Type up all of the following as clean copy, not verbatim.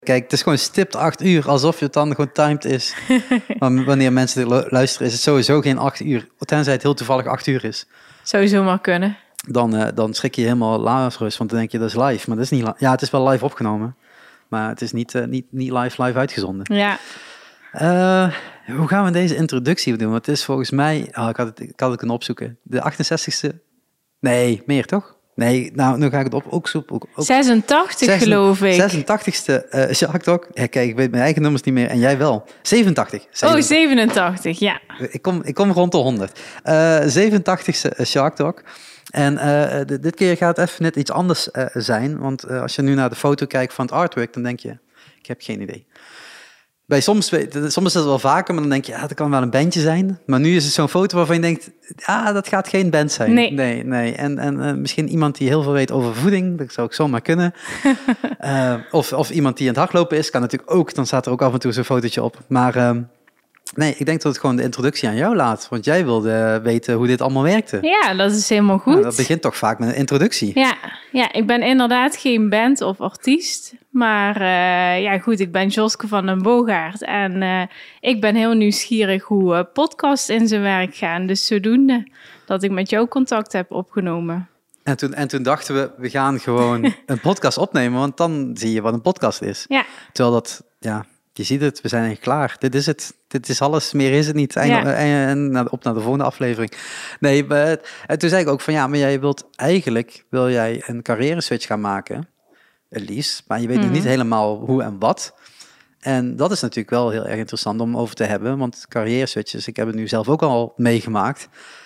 Kijk, het is gewoon stipt 8 uur, alsof het dan gewoon timed is. Maar wanneer mensen dit luisteren, is het sowieso geen 8 uur. Tenzij het heel toevallig 8 uur is. Zou zomaar kunnen. Dan schrik je helemaal Lazarus, want dan denk je dat is live. Maar dat is niet live. Ja, het is wel live opgenomen. Maar het is niet live uitgezonden. Ja. Hoe gaan we deze introductie doen? Want het is volgens mij... ik had het kunnen opzoeken. De 68ste... Nee, meer toch? Nee, nou, nu ga ik het ook zoeken. Ook 86 geloof ik. 86ste Jacques Talk. Ja, kijk, ik weet mijn eigen nummers niet meer. En jij wel. 87. Oh, 87, ja. Ik kom rond de 100. 87ste Shark Talk. En dit keer gaat het even net iets anders zijn. Want als je nu naar de foto kijkt van het artwork, dan denk je... Ik heb geen idee. Soms is het wel vaker, maar dan denk je... Ja, dat kan wel een bandje zijn. Maar nu is het zo'n foto waarvan je denkt... Ja, dat gaat geen band zijn. Nee. En misschien iemand die heel veel weet over voeding. Dat zou ik zomaar kunnen. Of iemand die aan het hardlopen is. Kan natuurlijk ook. Dan staat er ook af en toe zo'n fotootje op. Maar... Nee, ik denk dat het gewoon de introductie aan jou laat. Want jij wilde weten hoe dit allemaal werkte. Ja, dat is helemaal goed. Nou, dat begint toch vaak met een introductie. Ja, ik ben inderdaad geen band of artiest. Maar goed, ik ben Joske van den Boogaard. En ik ben heel nieuwsgierig hoe podcasts in zijn werk gaan. Dus zodoende dat ik met jou contact heb opgenomen. En toen dachten we gaan gewoon een podcast opnemen. Want dan zie je wat een podcast is. Ja. Terwijl dat, ja... Je ziet het, we zijn eigenlijk klaar. Dit is het. Dit is alles, meer is het niet. En op naar de volgende aflevering. Nee, en toen zei ik ook van ja, maar wil jij een carrière switch gaan maken? Lies, maar je weet nog niet helemaal hoe en wat. En dat is natuurlijk wel heel erg interessant om over te hebben. Want carrière switches, ik heb het nu zelf ook al meegemaakt.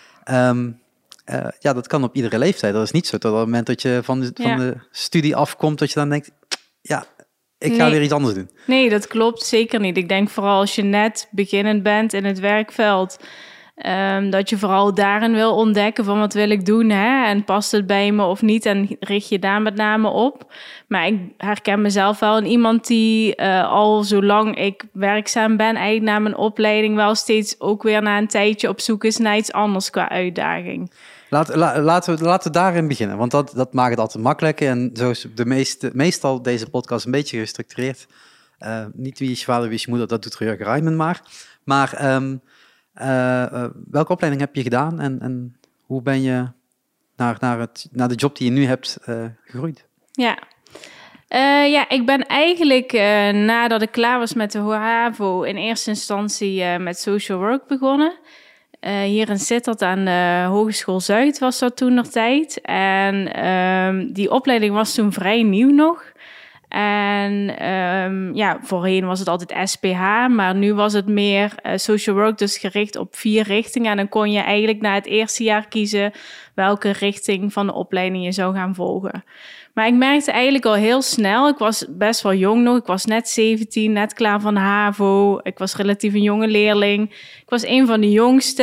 Dat kan op iedere leeftijd. Dat is niet zo tot het moment dat je van de studie afkomt, dat je dan denkt, ja... Ik ga weer iets anders doen. Nee, dat klopt zeker niet. Ik denk vooral als je net beginnend bent in het werkveld... dat je vooral daarin wil ontdekken van wat wil ik doen, hè? En past het bij me of niet? En richt je daar met name op. Maar ik herken mezelf wel in iemand die al zolang ik werkzaam ben... eigenlijk na mijn opleiding wel steeds ook weer na een tijdje op zoek is... naar iets anders qua uitdaging. Laten we daarin beginnen, want dat maakt het altijd makkelijk. En zo is meestal deze podcast een beetje gestructureerd. Niet wie is je vader, wie is je moeder, dat doet Jurgen Rijmen maar. Maar welke opleiding heb je gedaan en hoe ben je naar de job die je nu hebt gegroeid? Ja, ik ben eigenlijk nadat ik klaar was met de HAVO... in eerste instantie met social work begonnen... hier in Sittard aan de Hogeschool Zuid was dat toentertijd. En die opleiding was toen vrij nieuw nog. En voorheen was het altijd SPH, maar nu was het meer social work, dus gericht op 4 richtingen. En dan kon je eigenlijk na het eerste jaar kiezen welke richting van de opleiding je zou gaan volgen. Maar ik merkte eigenlijk al heel snel, ik was best wel jong nog, ik was net 17, net klaar van de HAVO. Ik was relatief een jonge leerling. Ik was een van de jongste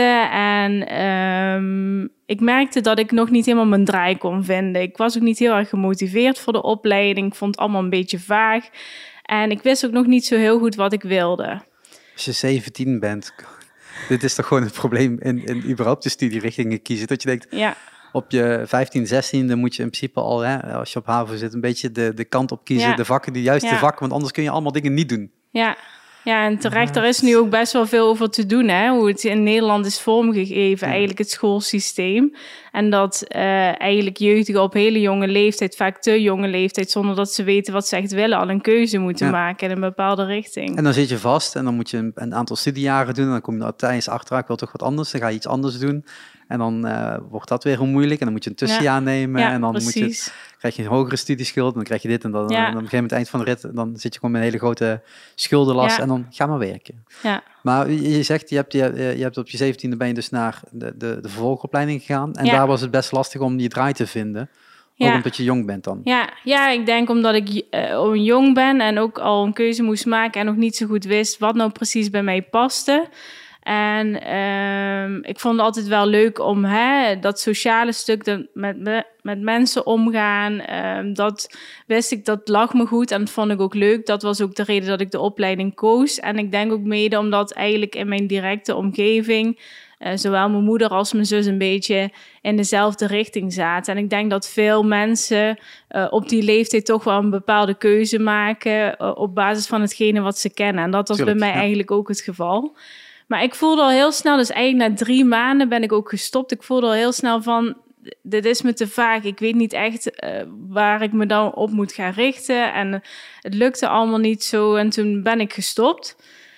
en ik merkte dat ik nog niet helemaal mijn draai kon vinden. Ik was ook niet heel erg gemotiveerd voor de opleiding. Ik vond het allemaal een beetje vaag. En ik wist ook nog niet zo heel goed wat ik wilde. Als je 17 bent, dit is toch gewoon het probleem in überhaupt de studierichtingen kiezen. Dat je denkt, ja. Op je 15, 16, dan moet je in principe al, hè, als je op HAVO zit, een beetje de kant op kiezen. Ja. De vakken, de juiste vakken, want anders kun je allemaal dingen niet doen. Ja, en terecht, er is nu ook best wel veel over te doen, hè? Hoe het in Nederland is vormgegeven, eigenlijk het schoolsysteem. En dat eigenlijk jeugdigen op hele jonge leeftijd, vaak te jonge leeftijd, zonder dat ze weten wat ze echt willen, al een keuze moeten maken in een bepaalde richting. En dan zit je vast en dan moet je een aantal studiejaren doen en dan kom je tijdens achteraan, ik wil toch wat anders, dan ga je iets anders doen. En dan wordt dat weer moeilijk en dan moet je een tussenjaar nemen en dan krijg je een hogere studieschuld en dan krijg je dit en dan, en dan op een gegeven moment eind van de rit, dan zit je gewoon met een hele grote schuldenlast en dan ga maar werken. Ja. Maar je zegt, je hebt op je 17e ben je dus naar de vervolgopleiding gegaan en daar was het best lastig om die draai te vinden. Ook omdat je jong bent dan. Ja, ik denk omdat ik jong ben en ook al een keuze moest maken en nog niet zo goed wist wat nou precies bij mij paste. En ik vond het altijd wel leuk om dat sociale stuk met mensen omgaan. Dat wist ik, dat lag me goed en dat vond ik ook leuk. Dat was ook de reden dat ik de opleiding koos. En ik denk ook mede omdat eigenlijk in mijn directe omgeving zowel mijn moeder als mijn zus een beetje in dezelfde richting zaten. En ik denk dat veel mensen op die leeftijd toch wel een bepaalde keuze maken op basis van hetgene wat ze kennen. En dat was bij mij eigenlijk ook het geval. Maar ik voelde al heel snel, dus eigenlijk na 3 maanden ben ik ook gestopt. Ik voelde al heel snel van, dit is me te vaag. Ik weet niet echt waar ik me dan op moet gaan richten. En het lukte allemaal niet zo. En toen ben ik gestopt.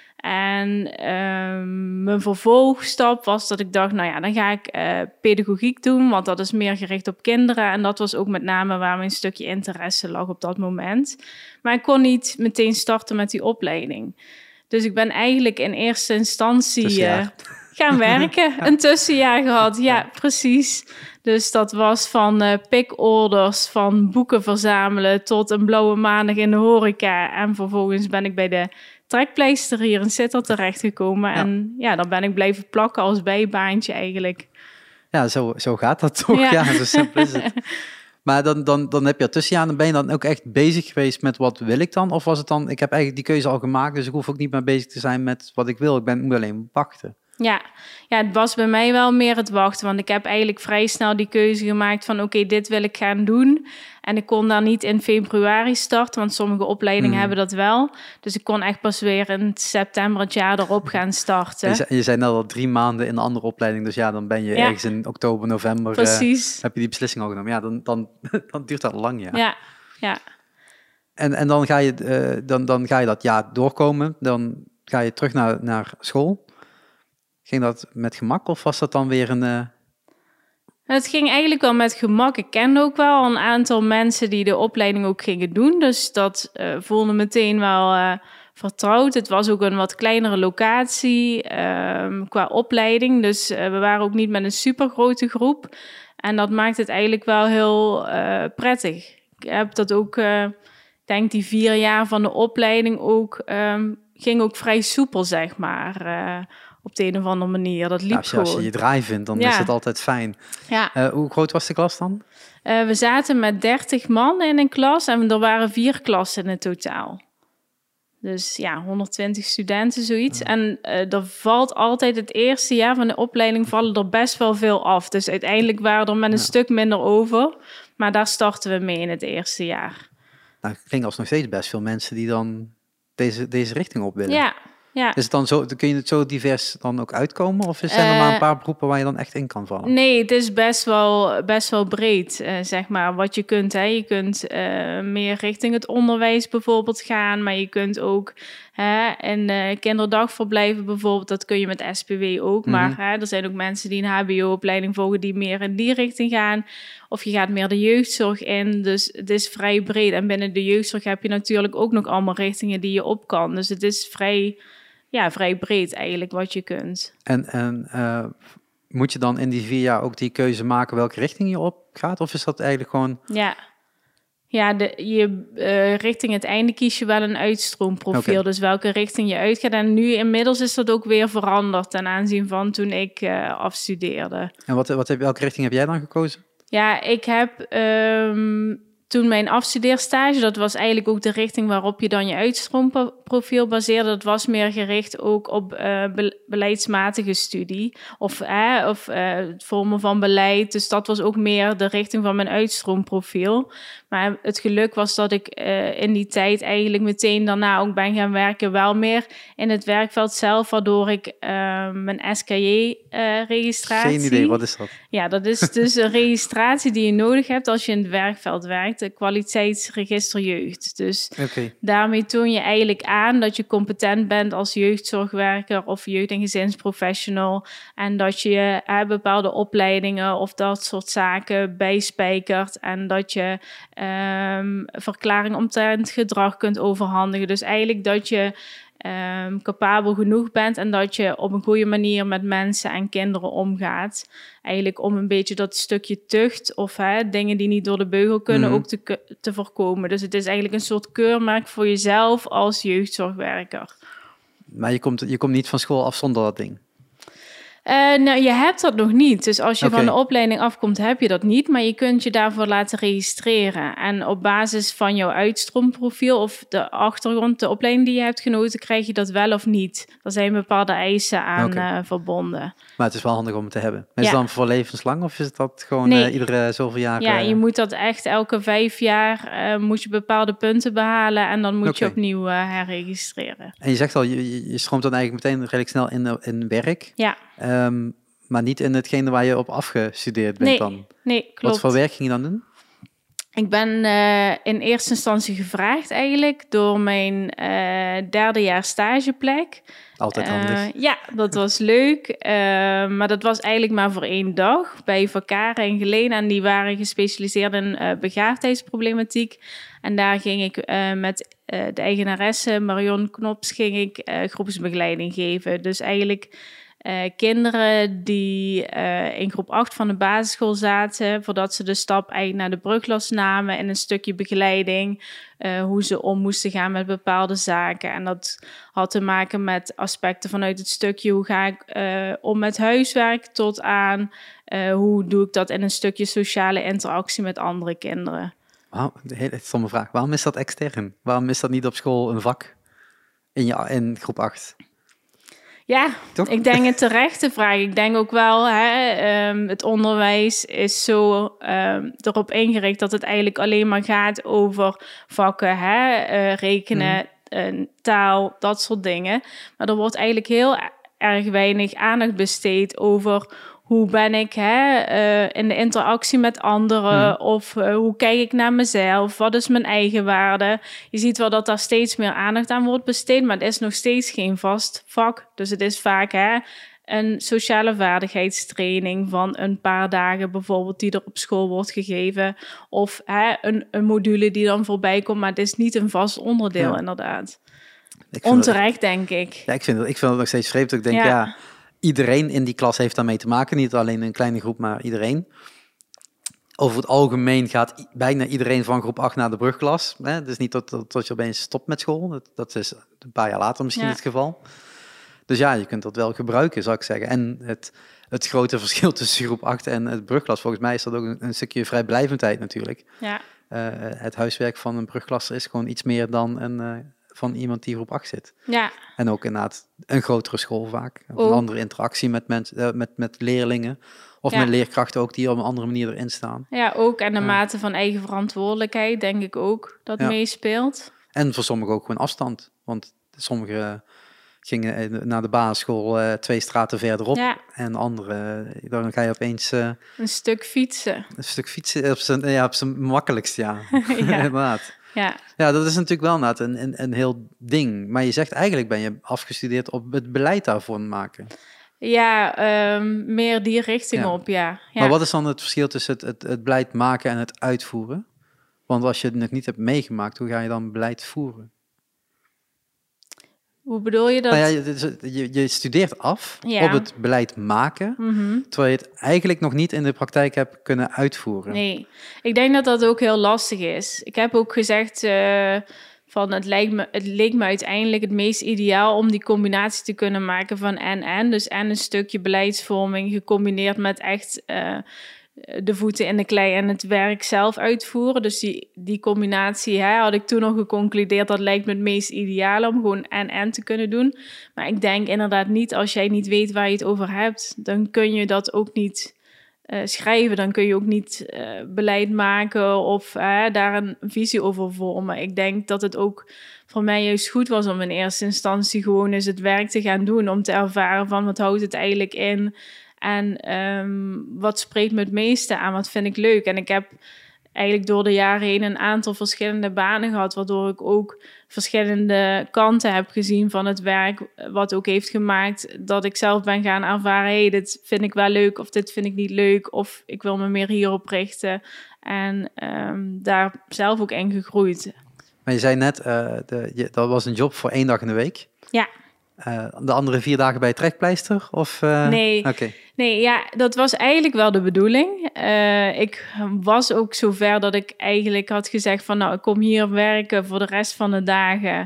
En mijn vervolgstap was dat ik dacht, nou ja, dan ga ik pedagogiek doen. Want dat is meer gericht op kinderen. En dat was ook met name waar mijn stukje interesse lag op dat moment. Maar ik kon niet meteen starten met die opleiding. Dus ik ben eigenlijk in eerste instantie gaan werken. Een tussenjaar gehad, ja, precies. Dus dat was van pickorders, van boeken verzamelen tot een blauwe maandag in de horeca. En vervolgens ben ik bij de trekpleister hier in Sittard terechtgekomen. Ja. En ja, dan ben ik blijven plakken als bijbaantje eigenlijk. Ja, zo gaat dat toch? Ja, zo simpel is het. Maar dan heb je tussenjaar, dan ben je dan ook echt bezig geweest met wat wil ik dan? Of was het dan, ik heb eigenlijk die keuze al gemaakt, dus ik hoef ook niet meer bezig te zijn met wat ik wil. Moet alleen wachten. Ja, het was bij mij wel meer het wachten. Want ik heb eigenlijk vrij snel die keuze gemaakt van oké, dit wil ik gaan doen. En ik kon daar niet in februari starten, want sommige opleidingen hebben dat wel. Dus ik kon echt pas weer in september het jaar erop gaan starten. Je zei net al 3 maanden in een andere opleiding. Dus ja, dan ben je ergens in oktober, november. Precies. Heb je die beslissing al genomen. Ja, dan duurt dat lang, Ja. En dan ga je dat jaar doorkomen. Dan ga je terug naar school. Ging dat met gemak of was dat dan weer een... Het ging eigenlijk wel met gemak. Ik kende ook wel een aantal mensen die de opleiding ook gingen doen. Dus dat voelde meteen wel vertrouwd. Het was ook een wat kleinere locatie qua opleiding. Dus we waren ook niet met een supergrote groep. En dat maakt het eigenlijk wel heel prettig. Ik heb dat ook, denk die 4 jaar van de opleiding ook... ging ook vrij soepel, zeg maar... op de een of andere manier. Dat liep gewoon. Als je je draai vindt, dan is het altijd fijn. Ja. Hoe groot was de klas dan? We zaten met 30 man in een klas en er waren 4 klassen in het totaal. Dus ja, 120 studenten, zoiets. En er valt altijd het eerste jaar van de opleiding vallen er best wel veel af. Dus uiteindelijk waren er met een stuk minder over. Maar daar starten we mee in het eerste jaar. Nou, ik denk alsnog steeds best veel mensen die dan deze richting op willen. Ja. Is het dan zo, kun je het zo divers dan ook uitkomen? Of zijn er maar een paar beroepen waar je dan echt in kan vallen? Nee, het is best wel breed, zeg maar, wat je kunt. Hè. Je kunt meer richting het onderwijs bijvoorbeeld gaan. Maar je kunt ook in kinderdagverblijven bijvoorbeeld, dat kun je met SPW ook. Maar er zijn ook mensen die een hbo-opleiding volgen die meer in die richting gaan. Of je gaat meer de jeugdzorg in. Dus het is vrij breed. En binnen de jeugdzorg heb je natuurlijk ook nog allemaal richtingen die je op kan. Dus het is vrij breed eigenlijk wat je kunt. En moet je dan in die 4 jaar ook die keuze maken welke richting je op gaat? Of is dat eigenlijk gewoon... Ja, richting het einde kies je wel een uitstroomprofiel. Okay. Dus welke richting je uitgaat. En nu inmiddels is dat ook weer veranderd ten aanzien van toen ik afstudeerde. En welke richting heb jij dan gekozen? Ja, ik heb... Toen mijn afstudeerstage, dat was eigenlijk ook de richting waarop je dan je uitstroomprofiel baseerde. Dat was meer gericht ook op beleidsmatige studie of het vormen van beleid. Dus dat was ook meer de richting van mijn uitstroomprofiel. Maar het geluk was dat ik in die tijd eigenlijk meteen daarna ook ben gaan werken. Wel meer in het werkveld zelf, waardoor ik mijn SKJ-registratie... Geen idee, wat is dat? Ja, dat is dus een registratie die je nodig hebt als je in het werkveld werkt. De kwaliteitsregister jeugd. Dus daarmee toon je eigenlijk aan dat je competent bent als jeugdzorgwerker of jeugd- en gezinsprofessional. En dat je bepaalde opleidingen of dat soort zaken bijspijkert. En dat je verklaring omtrent gedrag kunt overhandigen. Dus eigenlijk dat je capabel genoeg bent en dat je op een goede manier met mensen en kinderen omgaat. Eigenlijk om een beetje dat stukje tucht of dingen die niet door de beugel kunnen ook te voorkomen. Dus het is eigenlijk een soort keurmerk voor jezelf als jeugdzorgwerker. Maar je komt niet van school af zonder dat ding? Nou, je hebt dat nog niet. Dus als je Oké. van de opleiding afkomt, heb je dat niet. Maar je kunt je daarvoor laten registreren. En op basis van jouw uitstroomprofiel of de achtergrond, de opleiding die je hebt genoten, krijg je dat wel of niet. Er zijn bepaalde eisen aan verbonden. Maar het is wel handig om het te hebben. Is Ja. het dan voor levenslang of is het dat gewoon Nee. iedere zoveel jaar? Ja, je moet dat echt elke 5 jaar moet je bepaalde punten behalen en dan moet je Oké. opnieuw herregistreren. En je zegt al, je stroomt dan eigenlijk meteen redelijk snel in werk. Ja, Maar niet in hetgene waar je op afgestudeerd bent Nee. dan. nee, klopt. Wat voor werk ging je dan doen? Ik ben in eerste instantie gevraagd eigenlijk door mijn derdejaars stageplek. Altijd handig. Ja, dat was leuk. Maar dat was eigenlijk maar voor 1 dag bij Vakaren en Gelena. En die waren gespecialiseerd in begaafdheidsproblematiek. En daar ging ik met de eigenaresse Marion Knops ging ik groepsbegeleiding geven. Dus eigenlijk kinderen die in groep 8 van de basisschool zaten, voordat ze de stap eigenlijk naar de brugklas namen en een stukje begeleiding, hoe ze om moesten gaan met bepaalde zaken. En dat had te maken met aspecten vanuit het stukje hoe ga ik om met huiswerk tot aan hoe doe ik dat in een stukje sociale interactie met andere kinderen. Een hele stomme vraag. Waarom is dat extern? Waarom is dat niet op school een vak in groep 8? Ja, Toch? ik denk een terechte vraag. Ik denk ook wel, het onderwijs is zo erop ingericht dat het eigenlijk alleen maar gaat over vakken, rekenen, taal, dat soort dingen. Maar er wordt eigenlijk heel erg weinig aandacht besteed over hoe ben ik in de interactie met anderen of hoe kijk ik naar mezelf, wat is mijn eigen waarde. Je ziet wel dat daar steeds meer aandacht aan wordt besteed, maar het is nog steeds geen vast vak. Dus het is vaak een sociale vaardigheidstraining van een paar dagen bijvoorbeeld die er op school wordt gegeven. Of een module die dan voorbij komt, maar het is niet een vast onderdeel inderdaad. Onterecht, denk ik. Ja, ik vind het nog steeds vreemd. Ik denk, iedereen in die klas heeft daarmee te maken. Niet alleen een kleine groep, maar iedereen. Over het algemeen gaat bijna iedereen van groep 8 naar de brugklas. Het is niet tot je opeens stopt met school. Dat is een paar jaar later misschien het geval. Dus ja, je kunt dat wel gebruiken, zou ik zeggen. En het grote verschil tussen groep 8 en het brugklas, volgens mij is dat ook een stukje vrijblijvendheid natuurlijk. Ja. Het huiswerk van een brugklasser is gewoon iets meer dan van iemand die groep 8 zit. Ja. En ook inderdaad een grotere school vaak. Of een andere interactie met mensen, met leerlingen. Of met leerkrachten ook die op een andere manier erin staan. Ja, ook. En de mate van eigen verantwoordelijkheid denk ik ook dat meespeelt. En voor sommigen ook gewoon afstand. Want sommigen gingen naar de basisschool 2 straten verderop. Ja. En anderen, dan ga je opeens... een stuk fietsen. Een stuk fietsen op zijn makkelijkst, ja. Inderdaad. Ja. Ja, dat is natuurlijk wel inderdaad een heel ding. Maar je zegt eigenlijk ben je afgestudeerd op het beleid daarvoor maken. Ja, meer die richting op, ja. Maar wat is dan het verschil tussen het beleid maken en het uitvoeren? Want als je het nog niet hebt meegemaakt, hoe ga je dan beleid voeren? Hoe bedoel je dat? Nou ja, je studeert af op het beleid maken, terwijl je het eigenlijk nog niet in de praktijk hebt kunnen uitvoeren. Nee, ik denk dat dat ook heel lastig is. Ik heb ook gezegd van het leek me uiteindelijk het meest ideaal om die combinatie te kunnen maken van en. Dus en een stukje beleidsvorming gecombineerd met echt de voeten in de klei en het werk zelf uitvoeren. Dus die combinatie had ik toen nog geconcludeerd, dat lijkt me het meest ideaal om gewoon en te kunnen doen. Maar ik denk inderdaad niet, als jij niet weet waar je het over hebt, dan kun je dat ook niet schrijven. Dan kun je ook niet beleid maken of daar een visie over vormen. Ik denk dat het ook voor mij juist goed was om in eerste instantie gewoon eens het werk te gaan doen, om te ervaren van wat houdt het eigenlijk in. En wat spreekt me het meeste aan? Wat vind ik leuk? En ik heb eigenlijk door de jaren heen een aantal verschillende banen gehad, waardoor ik ook verschillende kanten heb gezien van het werk, wat ook heeft gemaakt dat ik zelf ben gaan ervaren, dit vind ik wel leuk of dit vind ik niet leuk of ik wil me meer hierop richten. En daar zelf ook in gegroeid. Maar je zei net, dat was een job voor 1 dag in de week. Ja. De andere 4 dagen bij trekpleister? Of, Nee. Okay. Nee, ja, dat was eigenlijk wel de bedoeling. Ik was ook zover dat ik eigenlijk had gezegd van, nou, ik kom hier werken voor de rest van de dagen.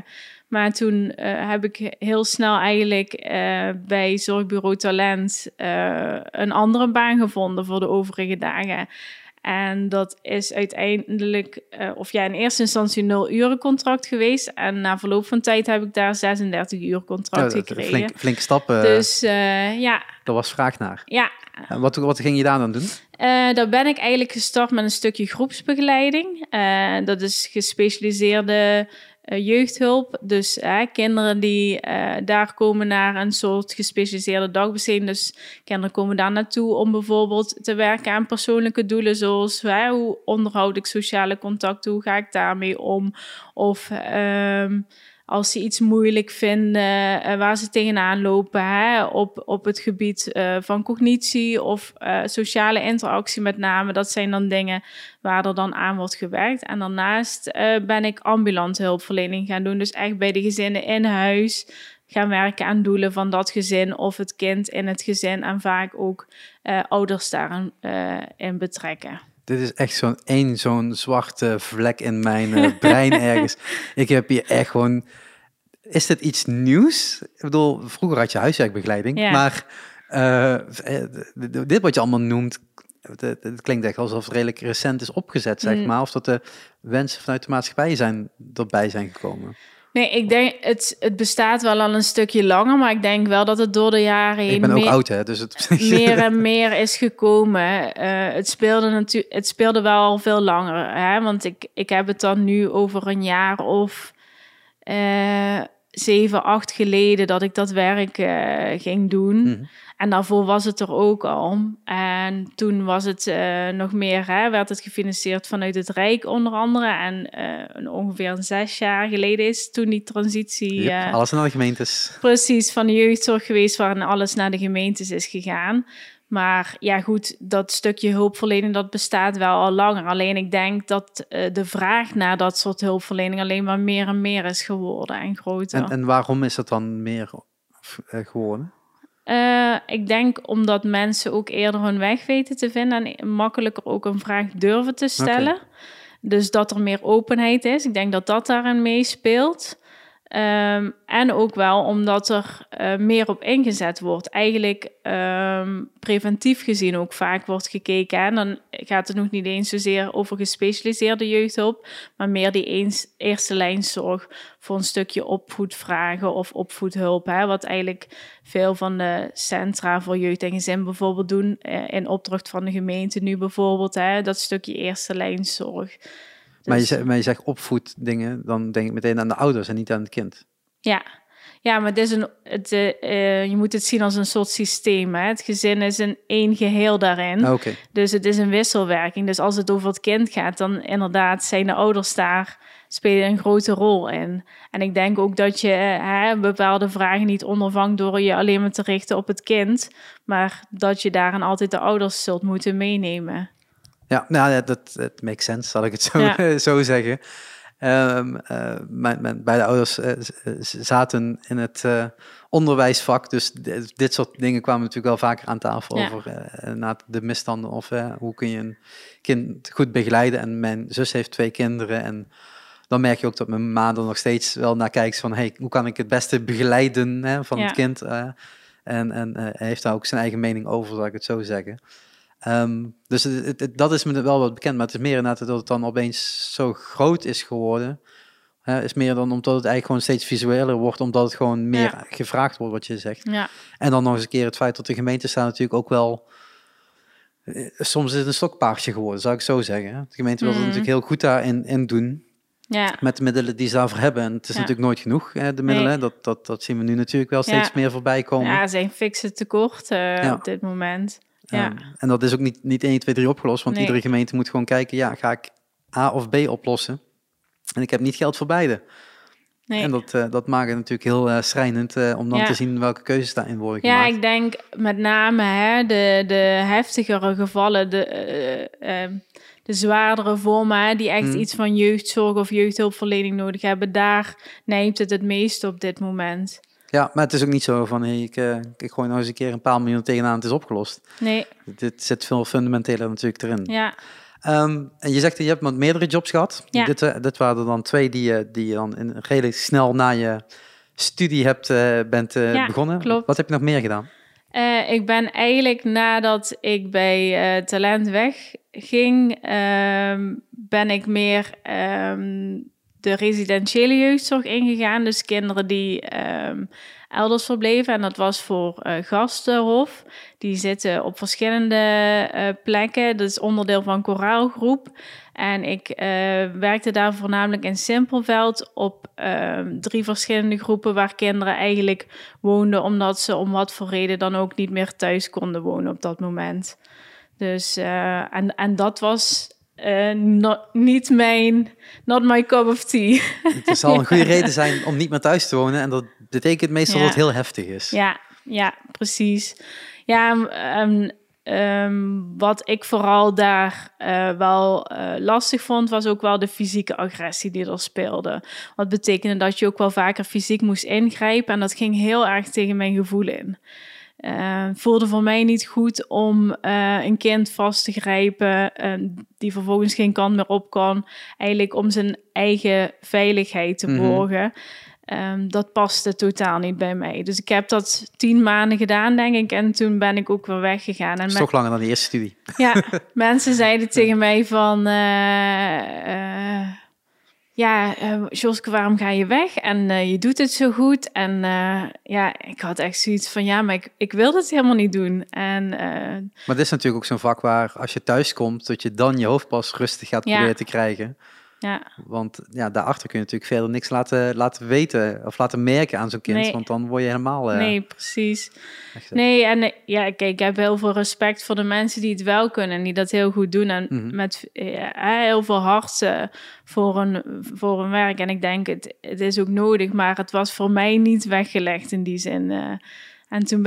Maar toen heb ik heel snel eigenlijk bij Zorgbureau Talent een andere baan gevonden voor de overige dagen. En dat is uiteindelijk, in eerste instantie 0-urencontract geweest. En na verloop van tijd heb ik daar 36 uur contract gekregen. Flinke stappen. Dus Er was vraag naar. Ja. En wat ging je daar dan doen? Daar ben ik eigenlijk gestart met een stukje groepsbegeleiding. Dat is gespecialiseerde jeugdhulp. Dus kinderen die daar komen naar een soort gespecialiseerde dagbesteding. Dus kinderen komen daar naartoe om bijvoorbeeld te werken aan persoonlijke doelen. Zoals hoe onderhoud ik sociale contacten, hoe ga ik daarmee om? Of als ze iets moeilijk vinden, waar ze tegenaan lopen, op het gebied van cognitie of sociale interactie met name. Dat zijn dan dingen waar er dan aan wordt gewerkt. En daarnaast ben ik ambulante hulpverlening gaan doen. Dus echt bij de gezinnen in huis gaan werken aan doelen van dat gezin of het kind in het gezin. En vaak ook ouders daarin in betrekken. Dit is echt zo'n zwarte vlek in mijn brein ergens. Ik heb hier echt gewoon... Is dit iets nieuws? Ik bedoel, vroeger had je huiswerkbegeleiding, maar dit wat je allemaal noemt, het klinkt echt alsof het redelijk recent is opgezet, zeg maar. Of dat de wensen vanuit de maatschappij erbij zijn gekomen. Nee, ik denk, het bestaat wel al een stukje langer, maar ik denk wel dat het door de jaren heen... Ik ben ook oud, hè? Dus het meer en meer is gekomen. Het speelde wel al veel langer, hè? Want ik heb het dan nu over een jaar of 7, 8 geleden dat ik dat werk ging doen. Mm-hmm. En daarvoor was het er ook al. En toen was het nog meer, werd het gefinancierd vanuit het Rijk onder andere. En ongeveer 6 jaar geleden is toen die transitie... alles naar de gemeentes. Precies, van de jeugdzorg geweest waarin alles naar de gemeentes is gegaan. Maar ja goed, dat stukje hulpverlening dat bestaat wel al langer. Alleen ik denk dat de vraag naar dat soort hulpverlening alleen maar meer en meer is geworden en groter. En waarom is dat dan meer geworden? Ik denk omdat mensen ook eerder hun weg weten te vinden en makkelijker ook een vraag durven te stellen. Okay. Dus dat er meer openheid is. Ik denk dat dat daarin meespeelt. En ook wel omdat er meer op ingezet wordt. Eigenlijk preventief gezien ook vaak wordt gekeken. En dan gaat het nog niet eens zozeer over gespecialiseerde jeugdhulp, maar meer die eerste lijnzorg voor een stukje opvoedvragen of opvoedhulp. Wat eigenlijk veel van de centra voor jeugd en gezin bijvoorbeeld doen. In opdracht van de gemeente nu bijvoorbeeld. Dat stukje eerste lijnzorg. Dus... Maar je zegt opvoeddingen, dan denk ik meteen aan de ouders en niet aan het kind. Ja, maar je moet het zien als een soort systeem. Hè? Het gezin is één geheel daarin. Okay. Dus het is een wisselwerking. Dus als het over het kind gaat, dan inderdaad zijn de ouders daar, spelen een grote rol in. En ik denk ook dat je bepaalde vragen niet ondervangt door je alleen maar te richten op het kind. Maar dat je daarin altijd de ouders zult moeten meenemen. Ja, nou, dat makes sense, zal ik het zo zeggen. Mijn beide ouders zaten in het onderwijsvak, dus dit soort dingen kwamen natuurlijk wel vaker aan tafel over de misstanden of hoe kun je een kind goed begeleiden. En mijn zus heeft 2 kinderen en dan merk je ook dat mijn ma er nog steeds wel naar kijkt van hoe kan ik het beste begeleiden van het kind. En hij heeft daar ook zijn eigen mening over, zal ik het zo zeggen. Dus dat is me wel wat bekend, maar het is meer inderdaad dat het dan opeens zo groot is geworden. Is meer dan omdat het eigenlijk gewoon steeds visueler wordt, omdat het gewoon meer gevraagd wordt wat je zegt. Ja. En dan nog eens een keer het feit dat de gemeente staat natuurlijk ook wel... Soms is het een stokpaardje geworden, zou ik zo zeggen. De gemeente wil er natuurlijk heel goed daarin doen. Ja. Met de middelen die ze daarvoor hebben. En het is natuurlijk nooit genoeg, de middelen. Nee. Dat zien we nu natuurlijk wel steeds meer voorbij komen. Ja, er zijn fikse tekorten op dit moment. Ja. En dat is ook niet 1, 2, 3 opgelost, want iedere gemeente moet gewoon kijken, ga ik A of B oplossen? En ik heb niet geld voor beide. Nee. En dat maakt het natuurlijk heel schrijnend om dan te zien welke keuzes daarin worden gemaakt. Ja, ik denk met name de heftigere gevallen, de zwaardere vormen die echt iets van jeugdzorg of jeugdhulpverlening nodig hebben, daar neemt het meest op dit moment. Ja, maar het is ook niet zo van, ik gooi nou eens een keer een paar miljoen tegenaan, het is opgelost. Nee. Dit zit veel fundamenteler natuurlijk erin. Ja. En je zegt dat je hebt met meerdere jobs gehad. Ja. Dit waren er dan 2 die je dan redelijk snel na je studie bent begonnen. Klopt. Wat heb je nog meer gedaan? Ik ben eigenlijk nadat ik bij Talent wegging, ben ik meer de residentiële jeugdzorg ingegaan. Dus kinderen die elders verbleven. En dat was voor Gastenhof. Die zitten op verschillende plekken. Dat is onderdeel van Koraalgroep. En ik werkte daar voornamelijk in Simpelveld op 3 verschillende groepen waar kinderen eigenlijk woonden, omdat ze om wat voor reden dan ook niet meer thuis konden wonen op dat moment. Dus, en dat was not my cup of tea. Het zal een goede reden zijn om niet meer thuis te wonen. En dat betekent meestal dat het heel heftig is. Ja, precies. Ja, wat ik vooral daar wel lastig vond, was ook wel de fysieke agressie die er speelde. Wat betekende dat je ook wel vaker fysiek moest ingrijpen. En dat ging heel erg tegen mijn gevoel in. Voelde voor mij niet goed om een kind vast te grijpen die vervolgens geen kant meer op kan. Eigenlijk om zijn eigen veiligheid te borgen. Dat paste totaal niet bij mij. Dus ik heb dat 10 maanden gedaan, denk ik. En toen ben ik ook weer weggegaan. En dat is toch langer dan de eerste studie. Ja, mensen zeiden tegen mij van... Joske, waarom ga je weg? En je doet het zo goed. En ik had echt zoiets van... Ja, maar ik wil het helemaal niet doen. Maar dit is natuurlijk ook zo'n vak waar als je thuis komt... dat je dan je hoofd pas rustig gaat proberen te krijgen. Ja. Want daarachter kun je natuurlijk verder niks laten weten... of laten merken aan zo'n kind. Nee. Want dan word je helemaal... nee, precies. Echt, Kijk, ik heb heel veel respect voor de mensen die het wel kunnen... en die dat heel goed doen. En met heel veel hart voor hun werk. En ik denk, het is ook nodig... maar het was voor mij niet weggelegd in die zin... En toen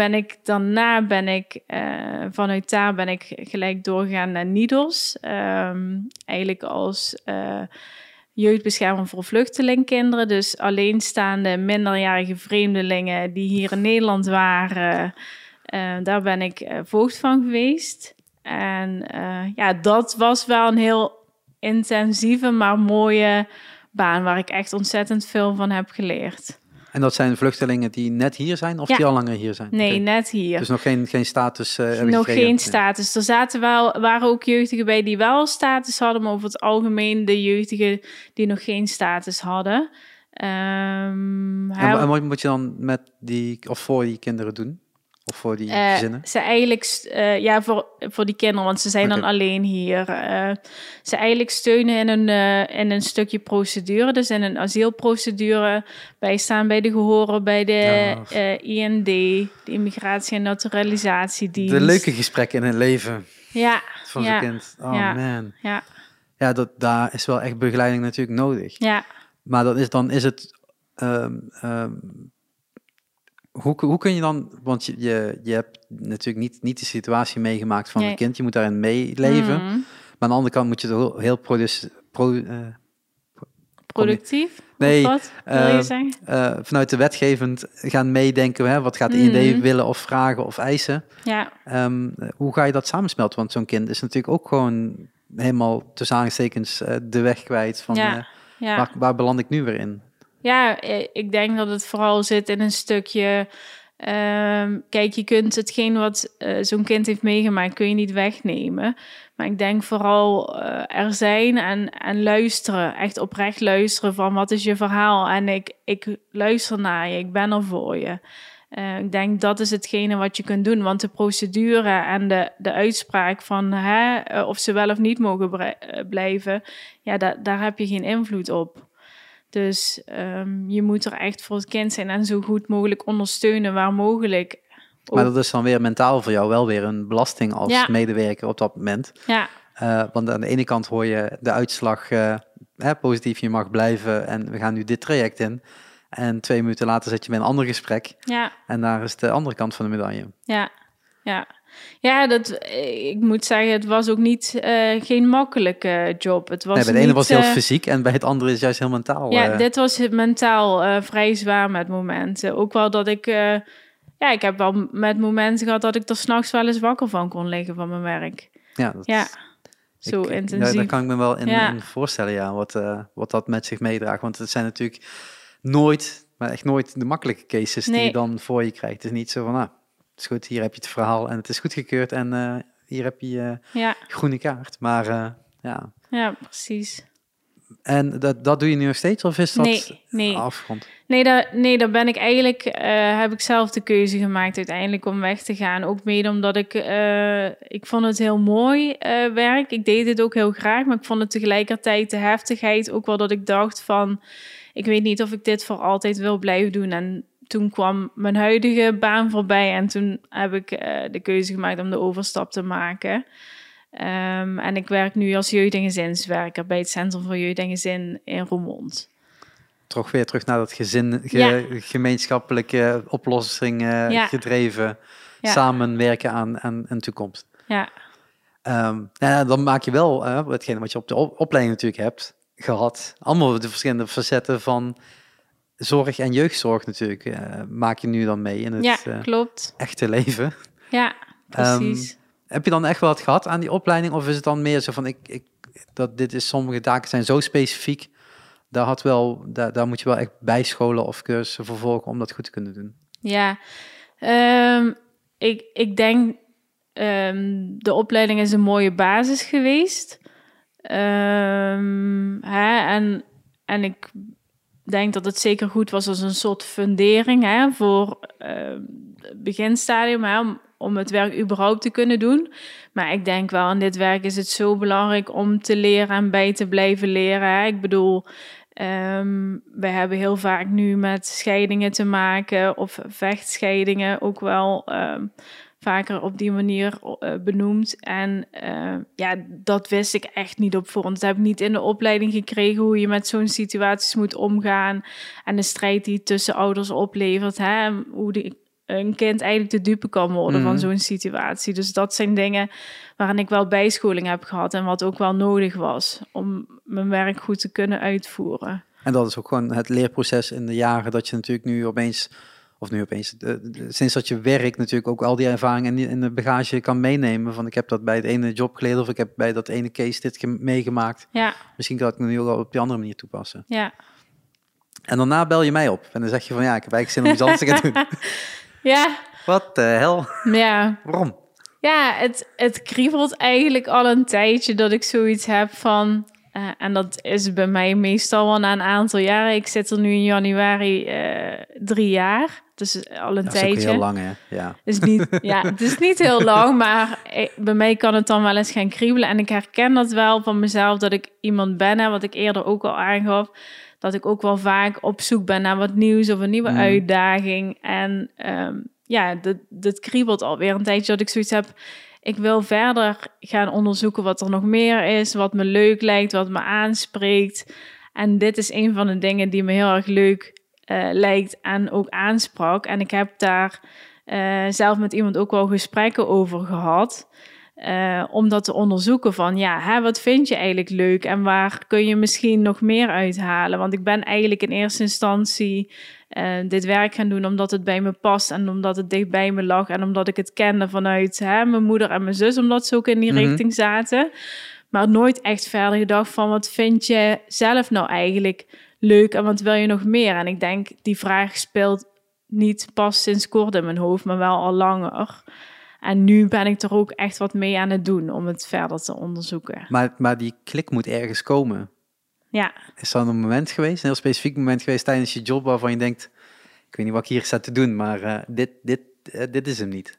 vanuit daar ben ik gelijk doorgegaan naar Nidos. Eigenlijk als jeugdbeschermer voor vluchtelingkinderen. Dus alleenstaande minderjarige vreemdelingen die hier in Nederland waren. Daar ben ik voogd van geweest. En dat was wel een heel intensieve, maar mooie baan... waar ik echt ontzettend veel van heb geleerd. En dat zijn vluchtelingen die net hier zijn of die al langer hier zijn? Nee, net hier. Dus nog geen status nog geen status. Er waren ook jeugdigen bij die wel status hadden, maar over het algemeen de jeugdigen die nog geen status hadden. En wat moet je dan met voor die kinderen doen? Of voor die gezinnen? Ze eigenlijk, voor die kinderen, want ze zijn dan alleen hier. Ze eigenlijk steunen in een stukje procedure, dus in een asielprocedure. Bijstaan bij de gehoren, bij de IND, de Immigratie- en Naturalisatiedienst. De leuke gesprekken in hun leven. Ja. Van zo'n kind. Oh man. Ja. Ja, daar is wel echt begeleiding natuurlijk nodig. Ja. Maar dan is het... Hoe kun je dan, want je hebt natuurlijk niet de situatie meegemaakt van een kind, je moet daarin meeleven. Maar aan de andere kant moet je er heel productief? Nee, wat wil je zeggen? Vanuit de wetgevend gaan meedenken, hè, wat gaat de IND willen of vragen of eisen. Ja. Hoe ga je dat samensmelten? Want zo'n kind is natuurlijk ook gewoon helemaal tussen aanstekens de weg kwijt van waar beland ik nu weer in? Ja, ik denk dat het vooral zit in een stukje... kijk, je kunt hetgeen wat zo'n kind heeft meegemaakt... kun je niet wegnemen. Maar ik denk vooral er zijn en luisteren. Echt oprecht luisteren van wat is je verhaal? En ik luister naar je, ik ben er voor je. Ik denk dat is hetgene wat je kunt doen. Want de procedure en de uitspraak van of ze wel of niet mogen blijven... ja, daar heb je geen invloed op. Dus je moet er echt voor het kind zijn en zo goed mogelijk ondersteunen waar mogelijk. Maar dat is dan weer mentaal voor jou wel weer een belasting als medewerker op dat moment. Ja. Want aan de ene kant hoor je de uitslag positief, je mag blijven en we gaan nu dit traject in. En 2 minuten later zit je bij een ander gesprek. Ja. En daar is de andere kant van de medaille. Ja, ik moet zeggen, het was ook geen makkelijke job. Het was bij de ene was het heel fysiek en bij het andere is juist heel mentaal. Ja, dit was mentaal vrij zwaar met momenten. Ook wel dat ik heb wel met momenten gehad dat ik er 's nachts wel eens wakker van kon liggen van mijn werk. Ja, zo Ja, intensief. daar kan ik me wel in voorstellen, ja, wat dat met zich meedraagt. Want het zijn natuurlijk nooit, maar echt nooit de makkelijke cases die je dan voor je krijgt. Het is niet zo van, het is goed, hier heb je het verhaal en het is goedgekeurd en hier heb je groene kaart. Maar ja. Ja, precies. En dat doe je nu nog steeds of is dat afgerond? Nee, daar ben ik eigenlijk, heb ik zelf de keuze gemaakt uiteindelijk om weg te gaan. Ook mede omdat ik vond het heel mooi werk. Ik deed het ook heel graag, maar ik vond het tegelijkertijd de heftigheid ook wel dat ik dacht van, ik weet niet of ik dit voor altijd wil blijven doen. En toen kwam mijn huidige baan voorbij en toen heb ik de keuze gemaakt om de overstap te maken. En ik werk nu als jeugd- en gezinswerker bij het Centrum voor Jeugd en Gezin in Roermond. Toch weer terug naar dat gemeenschappelijke oplossing gedreven, samenwerken aan een toekomst. Ja. Dan maak je wel hetgene wat je op de opleiding natuurlijk hebt gehad. Allemaal de verschillende facetten van zorg en jeugdzorg natuurlijk. Maak je nu dan mee in het klopt. Echte leven. Ja, precies. Heb je dan echt wel wat gehad aan die opleiding? Of is het dan meer zo van, sommige taken zijn zo specifiek, daar moet je wel echt bijscholen of cursussen voor volgen om dat goed te kunnen doen? Ja, ik denk, de opleiding is een mooie basis geweest. En ik denk dat het zeker goed was als een soort fundering voor het beginstadium, om het werk überhaupt te kunnen doen. Maar ik denk wel, in dit werk is het zo belangrijk om te leren en bij te blijven leren. Hè. Ik bedoel, we hebben heel vaak nu met scheidingen te maken of vechtscheidingen ook wel vaker op die manier benoemd. En dat wist ik echt niet op voorhand. Dat heb ik niet in de opleiding gekregen, hoe je met zo'n situaties moet omgaan en de strijd die tussen ouders oplevert. Hè, hoe een kind eigenlijk de dupe kan worden van zo'n situatie. Dus dat zijn dingen waarin ik wel bijscholing heb gehad en wat ook wel nodig was om mijn werk goed te kunnen uitvoeren. En dat is ook gewoon het leerproces in de jaren dat je natuurlijk sinds dat je werkt natuurlijk ook al die ervaringen in de bagage kan meenemen. Van ik heb dat bij het ene job geleerd of ik heb bij dat ene case dit meegemaakt. Ja. Misschien kan ik het nu ook al op die andere manier toepassen. Ja. En daarna bel je mij op en dan zeg je van ik heb eigenlijk zin om iets anders te gaan doen. Ja. Wat de hel? Ja. Waarom? Ja, het kriebelt eigenlijk al een tijdje dat ik zoiets heb van... en dat is bij mij meestal wel na een aantal jaren. Ik zit er nu in januari 3 jaar. Dus al een tijdje. Dat is ook heel lang, hè? Ja. Het is niet heel lang, maar bij mij kan het dan wel eens gaan kriebelen. En ik herken dat wel van mezelf, dat ik iemand ben, wat ik eerder ook al aangaf, dat ik ook wel vaak op zoek ben naar wat nieuws of een nieuwe uitdaging. En dit kriebelt alweer een tijdje dat ik zoiets heb. Ik wil verder gaan onderzoeken wat er nog meer is, wat me leuk lijkt, wat me aanspreekt. En dit is een van de dingen die me heel erg leuk lijkt en ook aansprak. En ik heb daar zelf met iemand ook wel gesprekken over gehad. Om dat te onderzoeken van, wat vind je eigenlijk leuk? En waar kun je misschien nog meer uithalen? Want ik ben eigenlijk in eerste instantie dit werk gaan doen omdat het bij me past en omdat het dicht bij me lag en omdat ik het kende vanuit mijn moeder en mijn zus, omdat ze ook in die richting zaten. Maar nooit echt verder gedacht van, wat vind je zelf nou eigenlijk leuk en wat wil je nog meer? En ik denk, die vraag speelt niet pas sinds kort in mijn hoofd, maar wel al langer. En nu ben ik er ook echt wat mee aan het doen om het verder te onderzoeken. Maar die klik moet ergens komen. Ja. Is er een moment geweest, een heel specifiek moment geweest tijdens je job waarvan je denkt, ik weet niet wat ik hier sta te doen, maar dit is hem niet?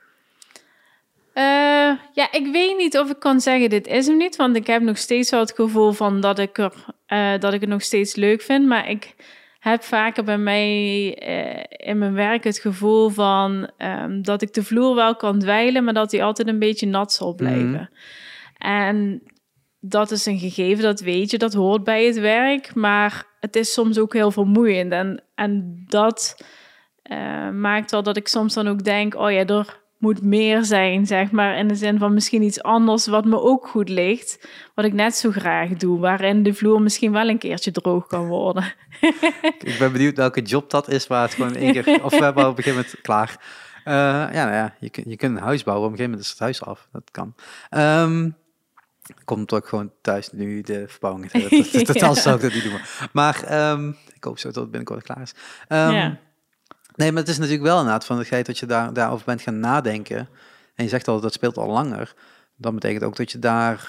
Ik weet niet of ik kan zeggen dit is hem niet, want ik heb nog steeds wel het gevoel van dat ik het nog steeds leuk vind, maar ik heb vaker bij mij in mijn werk het gevoel van dat ik de vloer wel kan dweilen, maar dat die altijd een beetje nat zal blijven. En dat is een gegeven, dat weet je, dat hoort bij het werk, maar het is soms ook heel vermoeiend. En dat maakt wel dat ik soms dan ook denk, er moet meer zijn, zeg maar, in de zin van misschien iets anders wat me ook goed ligt, wat ik net zo graag doe, waarin de vloer misschien wel een keertje droog kan worden. Ik ben benieuwd welke job dat is, waar het gewoon één keer, of we hebben op een gegeven moment klaar. Je kunt een huis bouwen, op een gegeven moment is het huis af, dat kan. Komt ook gewoon thuis nu de verbouwing. Totaal zou ik dat niet doen. Maar ik hoop zo dat het binnenkort klaar is. Nee, maar het is natuurlijk wel inderdaad van het feit dat je daarover bent gaan nadenken. En je zegt al, dat speelt al langer. Dat betekent ook dat je daar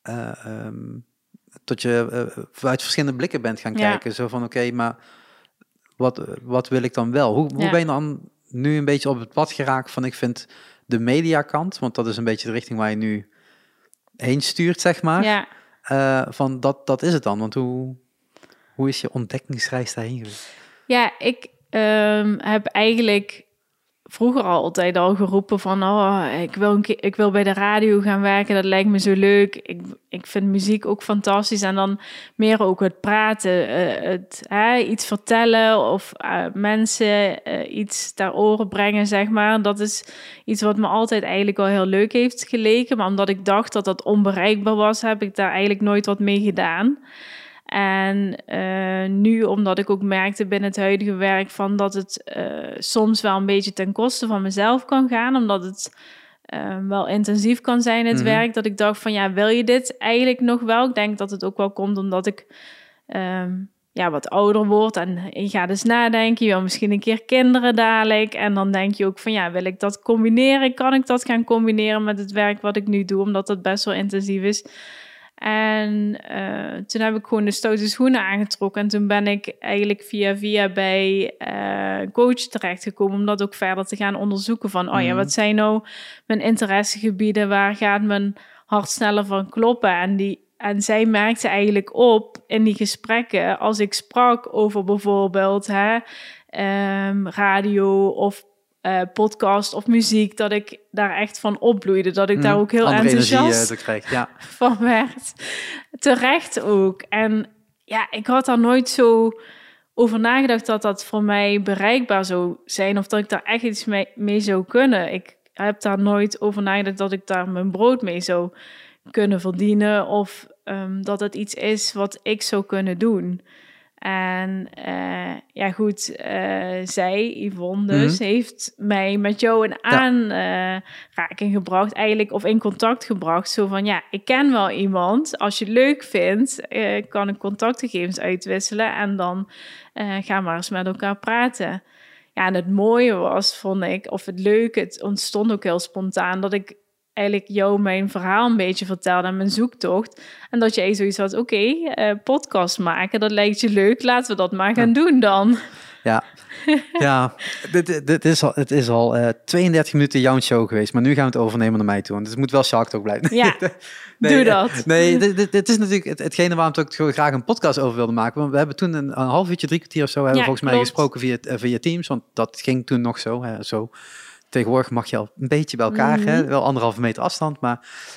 vanuit verschillende blikken bent gaan kijken. Zo van, oké, maar wat wil ik dan wel? Hoe ben je dan nu een beetje op het pad geraakt van, ik vind de mediakant, want dat is een beetje de richting waar je nu heen stuurt, zeg maar. Van dat is het dan. Want hoe is je ontdekkingsreis daarheen geweest? Ja, ik heb eigenlijk vroeger altijd al geroepen van, ik wil bij de radio gaan werken, dat lijkt me zo leuk. Ik vind muziek ook fantastisch en dan meer ook het praten, iets vertellen of mensen iets ter oren brengen, zeg maar. Dat is iets wat me altijd eigenlijk wel heel leuk heeft geleken, maar omdat ik dacht dat dat onbereikbaar was, heb ik daar eigenlijk nooit wat mee gedaan. En nu, omdat ik ook merkte binnen het huidige werk van dat het soms wel een beetje ten koste van mezelf kan gaan, omdat het wel intensief kan zijn, het werk, dat ik dacht van ja, wil je dit eigenlijk nog wel? Ik denk dat het ook wel komt omdat ik wat ouder word en je gaat eens nadenken, je wil misschien een keer kinderen dadelijk en dan denk je ook van ja, wil ik dat combineren? Kan ik dat gaan combineren met het werk wat ik nu doe, omdat het best wel intensief is? En toen heb ik gewoon de stoute schoenen aangetrokken. En toen ben ik eigenlijk via bij een coach terechtgekomen om dat ook verder te gaan onderzoeken. Van, wat zijn nou mijn interessegebieden? Waar gaat mijn hart sneller van kloppen? En zij merkte eigenlijk op in die gesprekken, als ik sprak over bijvoorbeeld radio of podcast of muziek, dat ik daar echt van opbloeide. Dat ik daar ook heel enthousiast van werd. Terecht ook. En ja, ik had daar nooit zo over nagedacht dat dat voor mij bereikbaar zou zijn of dat ik daar echt iets mee zou kunnen. Ik heb daar nooit over nagedacht dat ik daar mijn brood mee zou kunnen verdienen of dat het iets is wat ik zou kunnen doen. En zij, Yvonne dus, heeft mij met jou in aanraking gebracht, eigenlijk, of in contact gebracht. Zo van, ja, ik ken wel iemand. Als je het leuk vindt, kan ik contactgegevens uitwisselen en dan gaan we eens met elkaar praten. Ja, en het mooie was, vond ik, of het leuke, het ontstond ook heel spontaan, dat ik eigenlijk jou mijn verhaal een beetje vertelde en mijn zoektocht. En dat jij zoiets had, podcast maken, dat lijkt je leuk. Laten we dat maar gaan doen dan. Ja, het is al 32 minuten jouw show geweest, maar nu gaan we het overnemen naar mij toe. Dus het moet wel Shark Talk blijven. Ja, doe dat. Nee, dit is natuurlijk hetgene waarom ik ook graag een podcast over wilde maken. Want we hebben toen een half uurtje, 3 kwartier of zo, hebben we volgens mij gesproken via Teams. Want dat ging toen nog zo. Tegenwoordig mag je al een beetje bij elkaar, wel 1,5 meter afstand. Maar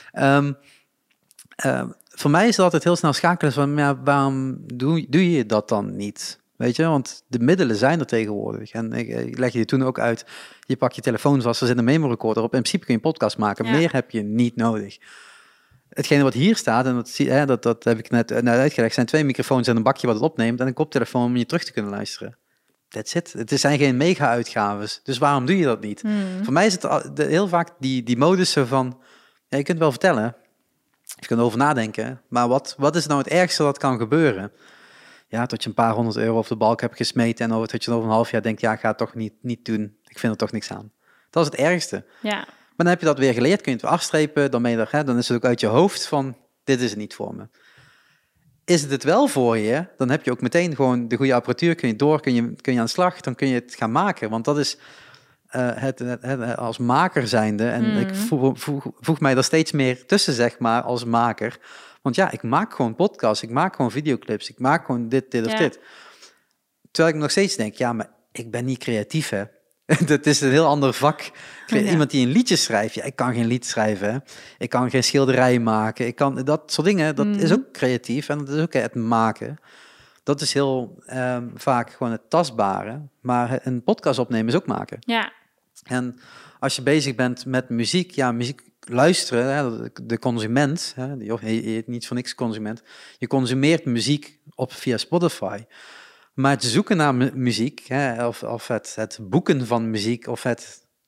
voor mij is het altijd heel snel schakelen van, waarom doe je dat dan niet? Weet je, want de middelen zijn er tegenwoordig. En ik leg je toen ook uit, je pakt je telefoon vast, er zit een memo-recorder op. In principe kun je een podcast maken, meer heb je niet nodig. Hetgene wat hier staat, en dat heb ik net uitgelegd, zijn 2 microfoons en een bakje wat het opneemt en een koptelefoon om je terug te kunnen luisteren. That's it. Het zijn geen mega-uitgaves. Dus waarom doe je dat niet? Voor mij is het heel vaak die modussen van, je kunt wel vertellen, je kunt erover nadenken, maar wat is nou het ergste dat kan gebeuren? Ja, dat je een paar €100 op de balk hebt gesmeten en dat je over een half jaar denkt, ja, ga het toch niet doen. Ik vind er toch niks aan. Dat is het ergste. Ja. Maar dan heb je dat weer geleerd, kun je het weer afstrepen, dan is het ook uit je hoofd van, dit is het niet voor me. Is het wel voor je, dan heb je ook meteen gewoon de goede apparatuur, kun je aan de slag, dan kun je het gaan maken. Want dat is het als maker zijnde, en ik voeg mij er steeds meer tussen, zeg maar, als maker. Want ja, ik maak gewoon podcasts, ik maak gewoon videoclips, ik maak gewoon dit of dit. Terwijl ik nog steeds denk, ja, maar ik ben niet creatief, hè. Dat is een heel ander vak. Iemand die een liedje schrijft. Ja, ik kan geen lied schrijven. Hè. Ik kan geen schilderij maken. Ik kan dat soort dingen. Dat is ook creatief. En dat is ook het maken. Dat is heel vaak gewoon het tastbare. Maar een podcast opnemen is ook maken. Ja. En als je bezig bent met muziek. Ja, muziek luisteren. Hè, de consument. Hè, je niet voor niks consument. Je consumeert muziek via Spotify. Maar het zoeken naar muziek, of het boeken van muziek, of het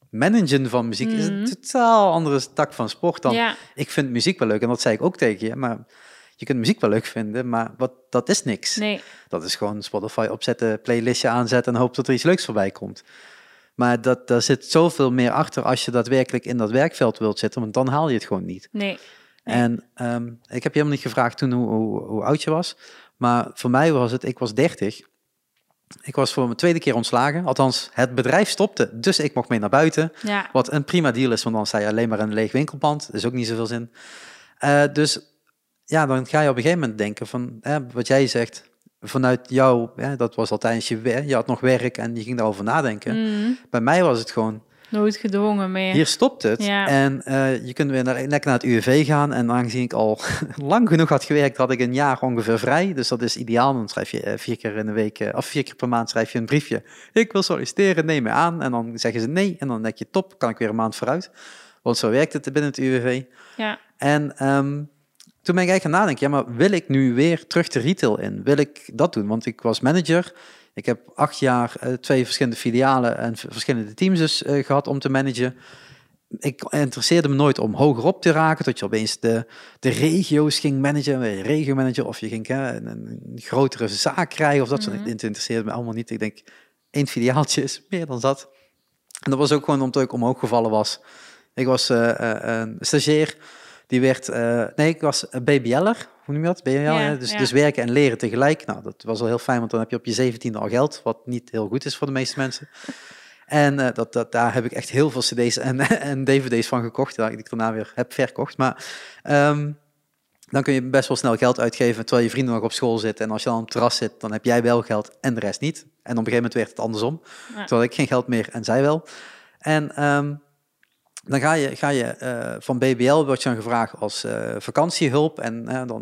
managen van muziek is een totaal andere tak van sport dan... Ik vind muziek wel leuk en dat zei ik ook tegen je, maar je kunt muziek wel leuk vinden, maar dat is niks. Nee. Dat is gewoon Spotify opzetten, playlistje aanzetten en hopen dat er iets leuks voorbij komt. Maar daar zit zoveel meer achter als je daadwerkelijk in dat werkveld wilt zitten, want dan haal je het gewoon niet. Nee. En ik heb je helemaal niet gevraagd toen hoe oud je was, maar voor mij was het, ik was 30. Ik was voor mijn tweede keer ontslagen. Althans, het bedrijf stopte, dus ik mocht mee naar buiten. Ja. Wat een prima deal is, want dan sta je alleen maar in een leeg winkelpand. Dat is ook niet zoveel zin. Dus ja, dan ga je op een gegeven moment denken van, wat jij zegt, vanuit jou, dat was al tijdens je had nog werk en je ging daarover nadenken. Bij mij was het gewoon... Nooit gedwongen meer. Hier stopt het. Ja. En je kunt weer lekker naar het UWV gaan. En aangezien ik al lang genoeg had gewerkt, had ik een jaar ongeveer vrij. Dus dat is ideaal. Dan schrijf je 4 keer in de week, of 4 keer per maand schrijf je een briefje. Ik wil solliciteren, neem me aan. En dan zeggen ze nee. En dan denk je, top, kan ik weer een maand vooruit. Want zo werkt het binnen het UWV. Ja. En toen ben ik eigenlijk gaan nadenken, maar wil ik nu weer terug de retail in? Wil ik dat doen? Want ik was manager. Ik heb 8 jaar 2 verschillende filialen en verschillende teams dus gehad om te managen. Ik interesseerde me nooit om hogerop te raken, tot je opeens de regio's ging managen, regiomanager, of je ging een grotere zaak krijgen of dat soort dingen. Het interesseerde me allemaal niet. Ik denk, 1 filiaaltje is meer dan zat. En dat was ook gewoon omdat ik omhoog gevallen was. Ik was een stagiair. Die werd, ik was een BBL'er, hoe noem je dat? BBL, ja. Dus werken en leren tegelijk. Nou, dat was wel heel fijn, want dan heb je op je 17e al geld, wat niet heel goed is voor de meeste mensen. En daar heb ik echt heel veel cd's en dvd's van gekocht, die ik daarna weer heb verkocht. Maar dan kun je best wel snel geld uitgeven, terwijl je vrienden nog op school zitten. En als je dan op het terras zit, dan heb jij wel geld en de rest niet. En op een gegeven moment werd het andersom, terwijl ik geen geld meer en zij wel. En... dan ga je van BBL word je dan gevraagd als vakantiehulp en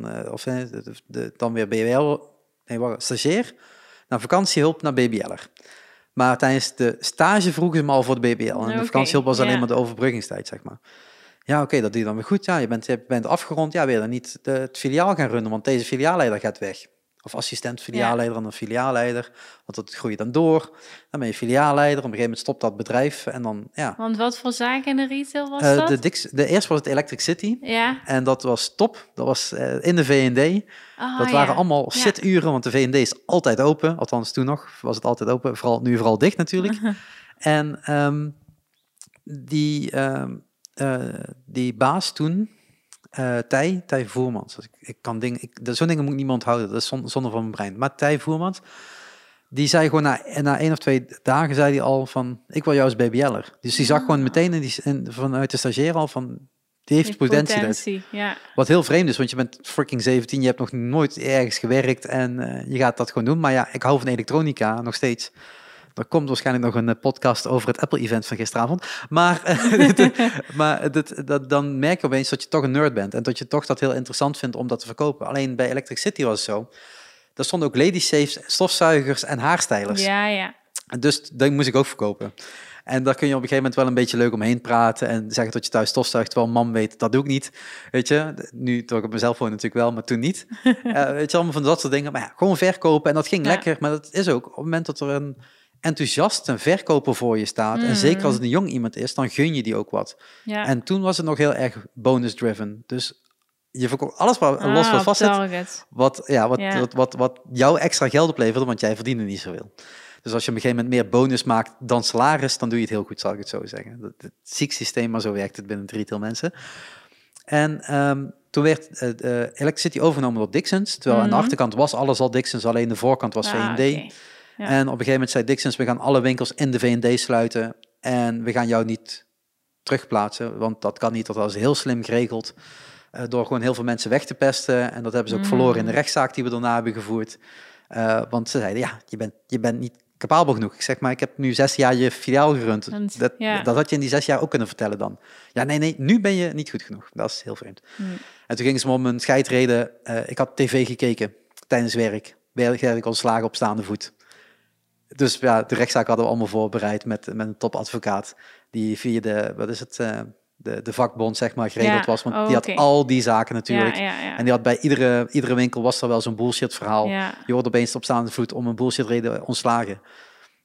dan weer BBL, stagiair, naar vakantiehulp naar BBL'er. Maar tijdens de stage vroegen ze me al voor de BBL. En de vakantiehulp was alleen maar de overbruggingstijd, zeg maar. Ja, oké, dat doe je dan weer goed. Ja, je bent afgerond. Ja, weer dan niet het filiaal gaan runnen, want deze filiaalleider gaat weg. Of assistent filiaalleider en een filiaalleider. Want dat groei je dan door. Dan ben je filiaalleider. Op een gegeven moment stopt dat bedrijf. En dan, ja. Want wat voor zaken in de retail was dat? De eerste was het Electric City. Ja. En dat was top. Dat was in de V&D. Dat waren allemaal shituren, want de V&D is altijd open. Althans, toen nog was het altijd open. Nu vooral dicht natuurlijk. En die baas toen... Thij Voermans. Ik kan zo'n dingen moet ik niet meer onthouden. Dat is zonde van mijn brein. Maar Thij Voermans, die zei gewoon na 1 of 2 dagen zei hij al van, ik wil jou als BBL'er. Dus die zag gewoon meteen vanuit de stagiair al van, die heeft potentie. Ja. Wat heel vreemd is, want je bent freaking 17, je hebt nog nooit ergens gewerkt en je gaat dat gewoon doen. Maar ja, ik hou van elektronica nog steeds. Er komt waarschijnlijk nog een podcast over het Apple-event van gisteravond. Maar, dan merk je opeens dat je toch een nerd bent. En dat je toch dat heel interessant vindt om dat te verkopen. Alleen bij Electric City was het zo. Daar stonden ook lady safes, stofzuigers en haarstylers. Ja. Dus dat moest ik ook verkopen. En daar kun je op een gegeven moment wel een beetje leuk omheen praten. En zeggen dat je thuis stofzuigt, terwijl mam weet, dat doe ik niet. Weet je, nu toch op mezelf woon natuurlijk wel, maar toen niet. Weet je, allemaal van dat soort dingen. Maar ja, gewoon verkopen. En dat ging lekker. Maar dat is ook op het moment dat er een enthousiaste verkoper voor je staat. En zeker als het een jong iemand is, dan gun je die ook wat. Ja. En toen was het nog heel erg bonus-driven. Dus je verkoopt alles wat los wat vast zit. Wat jouw extra geld opleverde, want jij verdiende niet zoveel. Dus als je op een gegeven moment meer bonus maakt dan salaris, dan doe je het heel goed, zal ik het zo zeggen. Het ziek systeem, maar zo werkt het binnen het retail mensen. En toen werd Electric City overgenomen door Dixons. Terwijl aan de achterkant was alles al Dixons, alleen de voorkant was V&D. Okay. Ja. En op een gegeven moment zei Dixons, we gaan alle winkels in de V&D sluiten en we gaan jou niet terugplaatsen, want dat kan niet. Dat was heel slim geregeld door gewoon heel veel mensen weg te pesten. En dat hebben ze ook verloren in de rechtszaak die we daarna hebben gevoerd. Want ze zeiden, ja, je bent niet capabel genoeg. Ik zeg maar, ik heb nu 6 jaar je filiaal gerund. Dat had je in die 6 jaar ook kunnen vertellen dan. Ja, nee, nu ben je niet goed genoeg. Dat is heel vreemd. En toen gingen ze me om een scheidreden. Ik had tv gekeken tijdens werk. Werd ik ontslagen op staande voet. Dus ja, de rechtszaak hadden we allemaal voorbereid met een topadvocaat. Die via de vakbond zeg maar geregeld was. Want die had al die zaken natuurlijk. Ja. En die had bij iedere winkel was er wel zo'n bullshit verhaal. Ja. Je wordt opeens op staande voet om een bullshit reden ontslagen.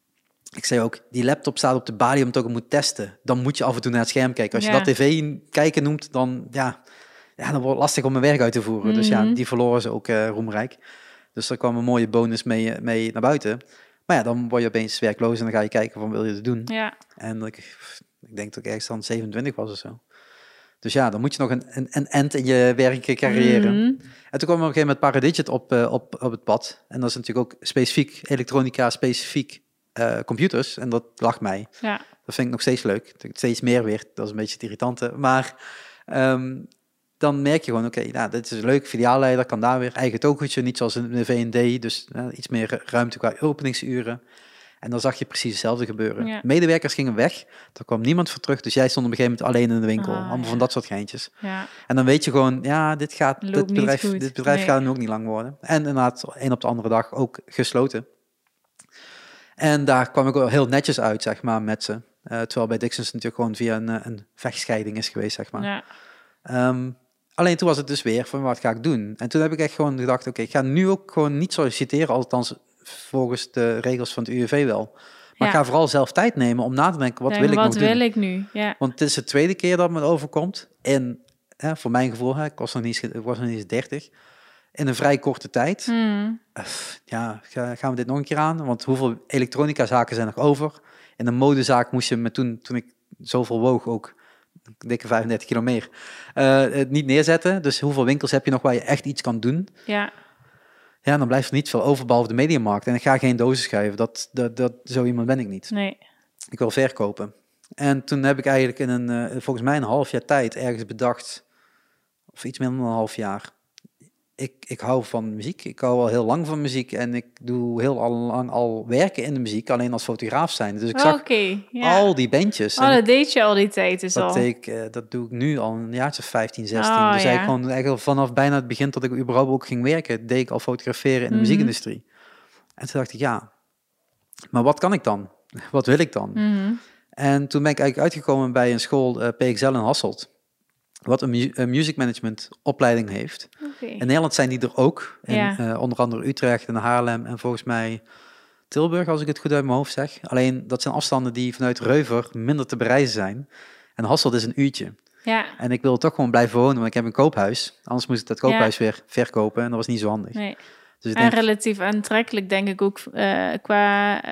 Ik zei ook, die laptop staat op de balie om het ook moet testen. Dan moet je af en toe naar het scherm kijken. Als je Ja. dat tv kijken noemt, dan, dan wordt het lastig om mijn werk uit te voeren. Dus ja, die verloren ze ook roemrijk. Dus er kwam een mooie bonus mee naar buiten. Maar ja, dan word je opeens werkloos en dan ga je kijken van wil je het doen. Ja. En ik denk dat ik ergens dan 27 was of zo. Dus ja, dan moet je nog een end in je werkcarrière. En toen kwam er op een gegeven moment Paradigit op het pad. En dat is natuurlijk ook specifiek, elektronica specifiek computers. En dat lag mij. Ja. Dat vind ik nog steeds leuk. Steeds meer weer. Dat is een beetje het irritante. Maar dan merk je gewoon, oké, dit is een leuk. Filiaalleider kan daar weer eigen toogeltje. Niet zoals in de V&D. Dus iets meer ruimte qua openingsuren. En dan zag je precies hetzelfde gebeuren. Ja. Medewerkers gingen weg. Er kwam niemand voor terug. Dus jij stond op een gegeven moment alleen in de winkel. Allemaal van dat soort geintjes. Ja. En dan weet je gewoon, dit bedrijf gaat nu ook niet lang worden. En inderdaad, een op de andere dag ook gesloten. En daar kwam ik ook heel netjes uit, zeg maar, met ze. Terwijl bij Dixons natuurlijk gewoon via een vechtscheiding is geweest, zeg maar. Ja. Alleen toen was het dus weer van, wat ga ik doen? En toen heb ik echt gewoon gedacht, oké, ik ga nu ook gewoon niet solliciteren, althans volgens de regels van het UWV wel. Maar ik ga vooral zelf tijd nemen om na te denken, wat wil ik nu? Ja. Want het is de tweede keer dat me overkomt. En voor mijn gevoel, ik was nog niet eens 30. In een vrij korte tijd. Gaan we dit nog een keer aan? Want hoeveel elektronica zaken zijn nog over? In een modezaak moest je me toen ik zoveel woog ook, dikke 35 kilo meer, het niet neerzetten. Dus hoeveel winkels heb je nog waar je echt iets kan doen? Ja. Ja, dan blijft er niet veel over, behalve de mediamarkt. En ik ga geen dozen schuiven. Zo iemand ben ik niet. Nee. Ik wil verkopen. En toen heb ik eigenlijk in volgens mij een half jaar tijd ergens bedacht, of iets minder dan een half jaar. Ik hou van muziek. Ik hou al heel lang van muziek. En ik doe heel lang al werken in de muziek, alleen als fotograaf zijn. Dus ik zag al die bandjes. Dat deed je al die tijd dus al. Dat doe ik nu al een jaartje 15, 16. Dus eigenlijk vanaf bijna het begin tot ik überhaupt ook ging werken, deed ik al fotograferen in de muziekindustrie. En toen dacht ik, maar wat kan ik dan? Wat wil ik dan? En toen ben ik eigenlijk uitgekomen bij een school, PXL in Hasselt, wat een music management opleiding heeft. In Nederland zijn die er ook. Onder andere Utrecht en Haarlem en volgens mij Tilburg, als ik het goed uit mijn hoofd zeg. Alleen dat zijn afstanden die vanuit Reuver minder te bereizen zijn. En Hasselt is een uurtje. Ja. En ik wil toch gewoon blijven wonen, want ik heb een koophuis. Anders moest ik dat koophuis weer verkopen en dat was niet zo handig. Nee. Dus en relatief aantrekkelijk denk ik ook qua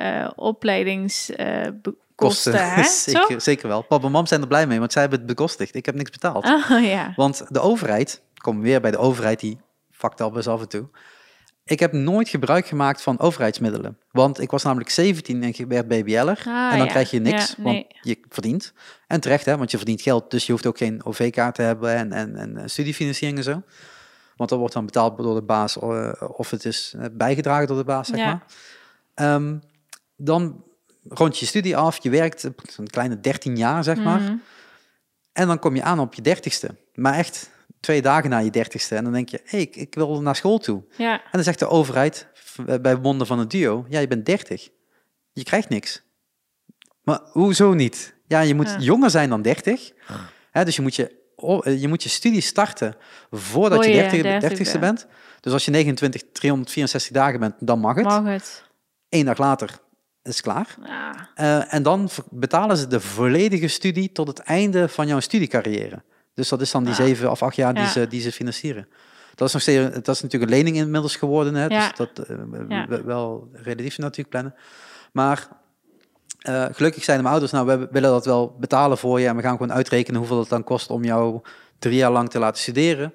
opleidingskosten. Zeker wel. Papa en mam zijn er blij mee, want zij hebben het bekostigd. Ik heb niks betaald. Want de overheid, kom weer bij de overheid, die fucked up is af en toe. Ik heb nooit gebruik gemaakt van overheidsmiddelen. Want ik was namelijk 17 en ik werd BBL'er. En dan krijg je niks, want je verdient. En terecht, want je verdient geld, dus je hoeft ook geen OV-kaart te hebben en studiefinanciering en zo. Want dat wordt dan betaald door de baas of het is bijgedragen door de baas, zeg maar. Dan rond je studie af, je werkt een kleine 13 jaar, zeg maar. En dan kom je aan op je 30ste. Maar echt 2 dagen na je 30ste. En dan denk je, ik wil naar school toe. Ja. En dan zegt de overheid, bij monden van het duo, je bent 30. Je krijgt niks. Maar hoezo niet? Ja, je moet jonger zijn dan 30. Dus je moet je studie starten voordat je 30ste bent. Dus als je 364 dagen bent, dan mag het. 1 dag later is het klaar. En dan betalen ze de volledige studie tot het einde van jouw studiecarrière. Dus dat is dan die 7 of 8 jaar die ze financieren. Dat is nog steeds, dat is natuurlijk een lening inmiddels geworden. Hè? Dus dat wel relatief natuurlijk plannen. Maar gelukkig zijn mijn ouders, we willen dat wel betalen voor je. En we gaan gewoon uitrekenen hoeveel het dan kost om jou 3 jaar lang te laten studeren.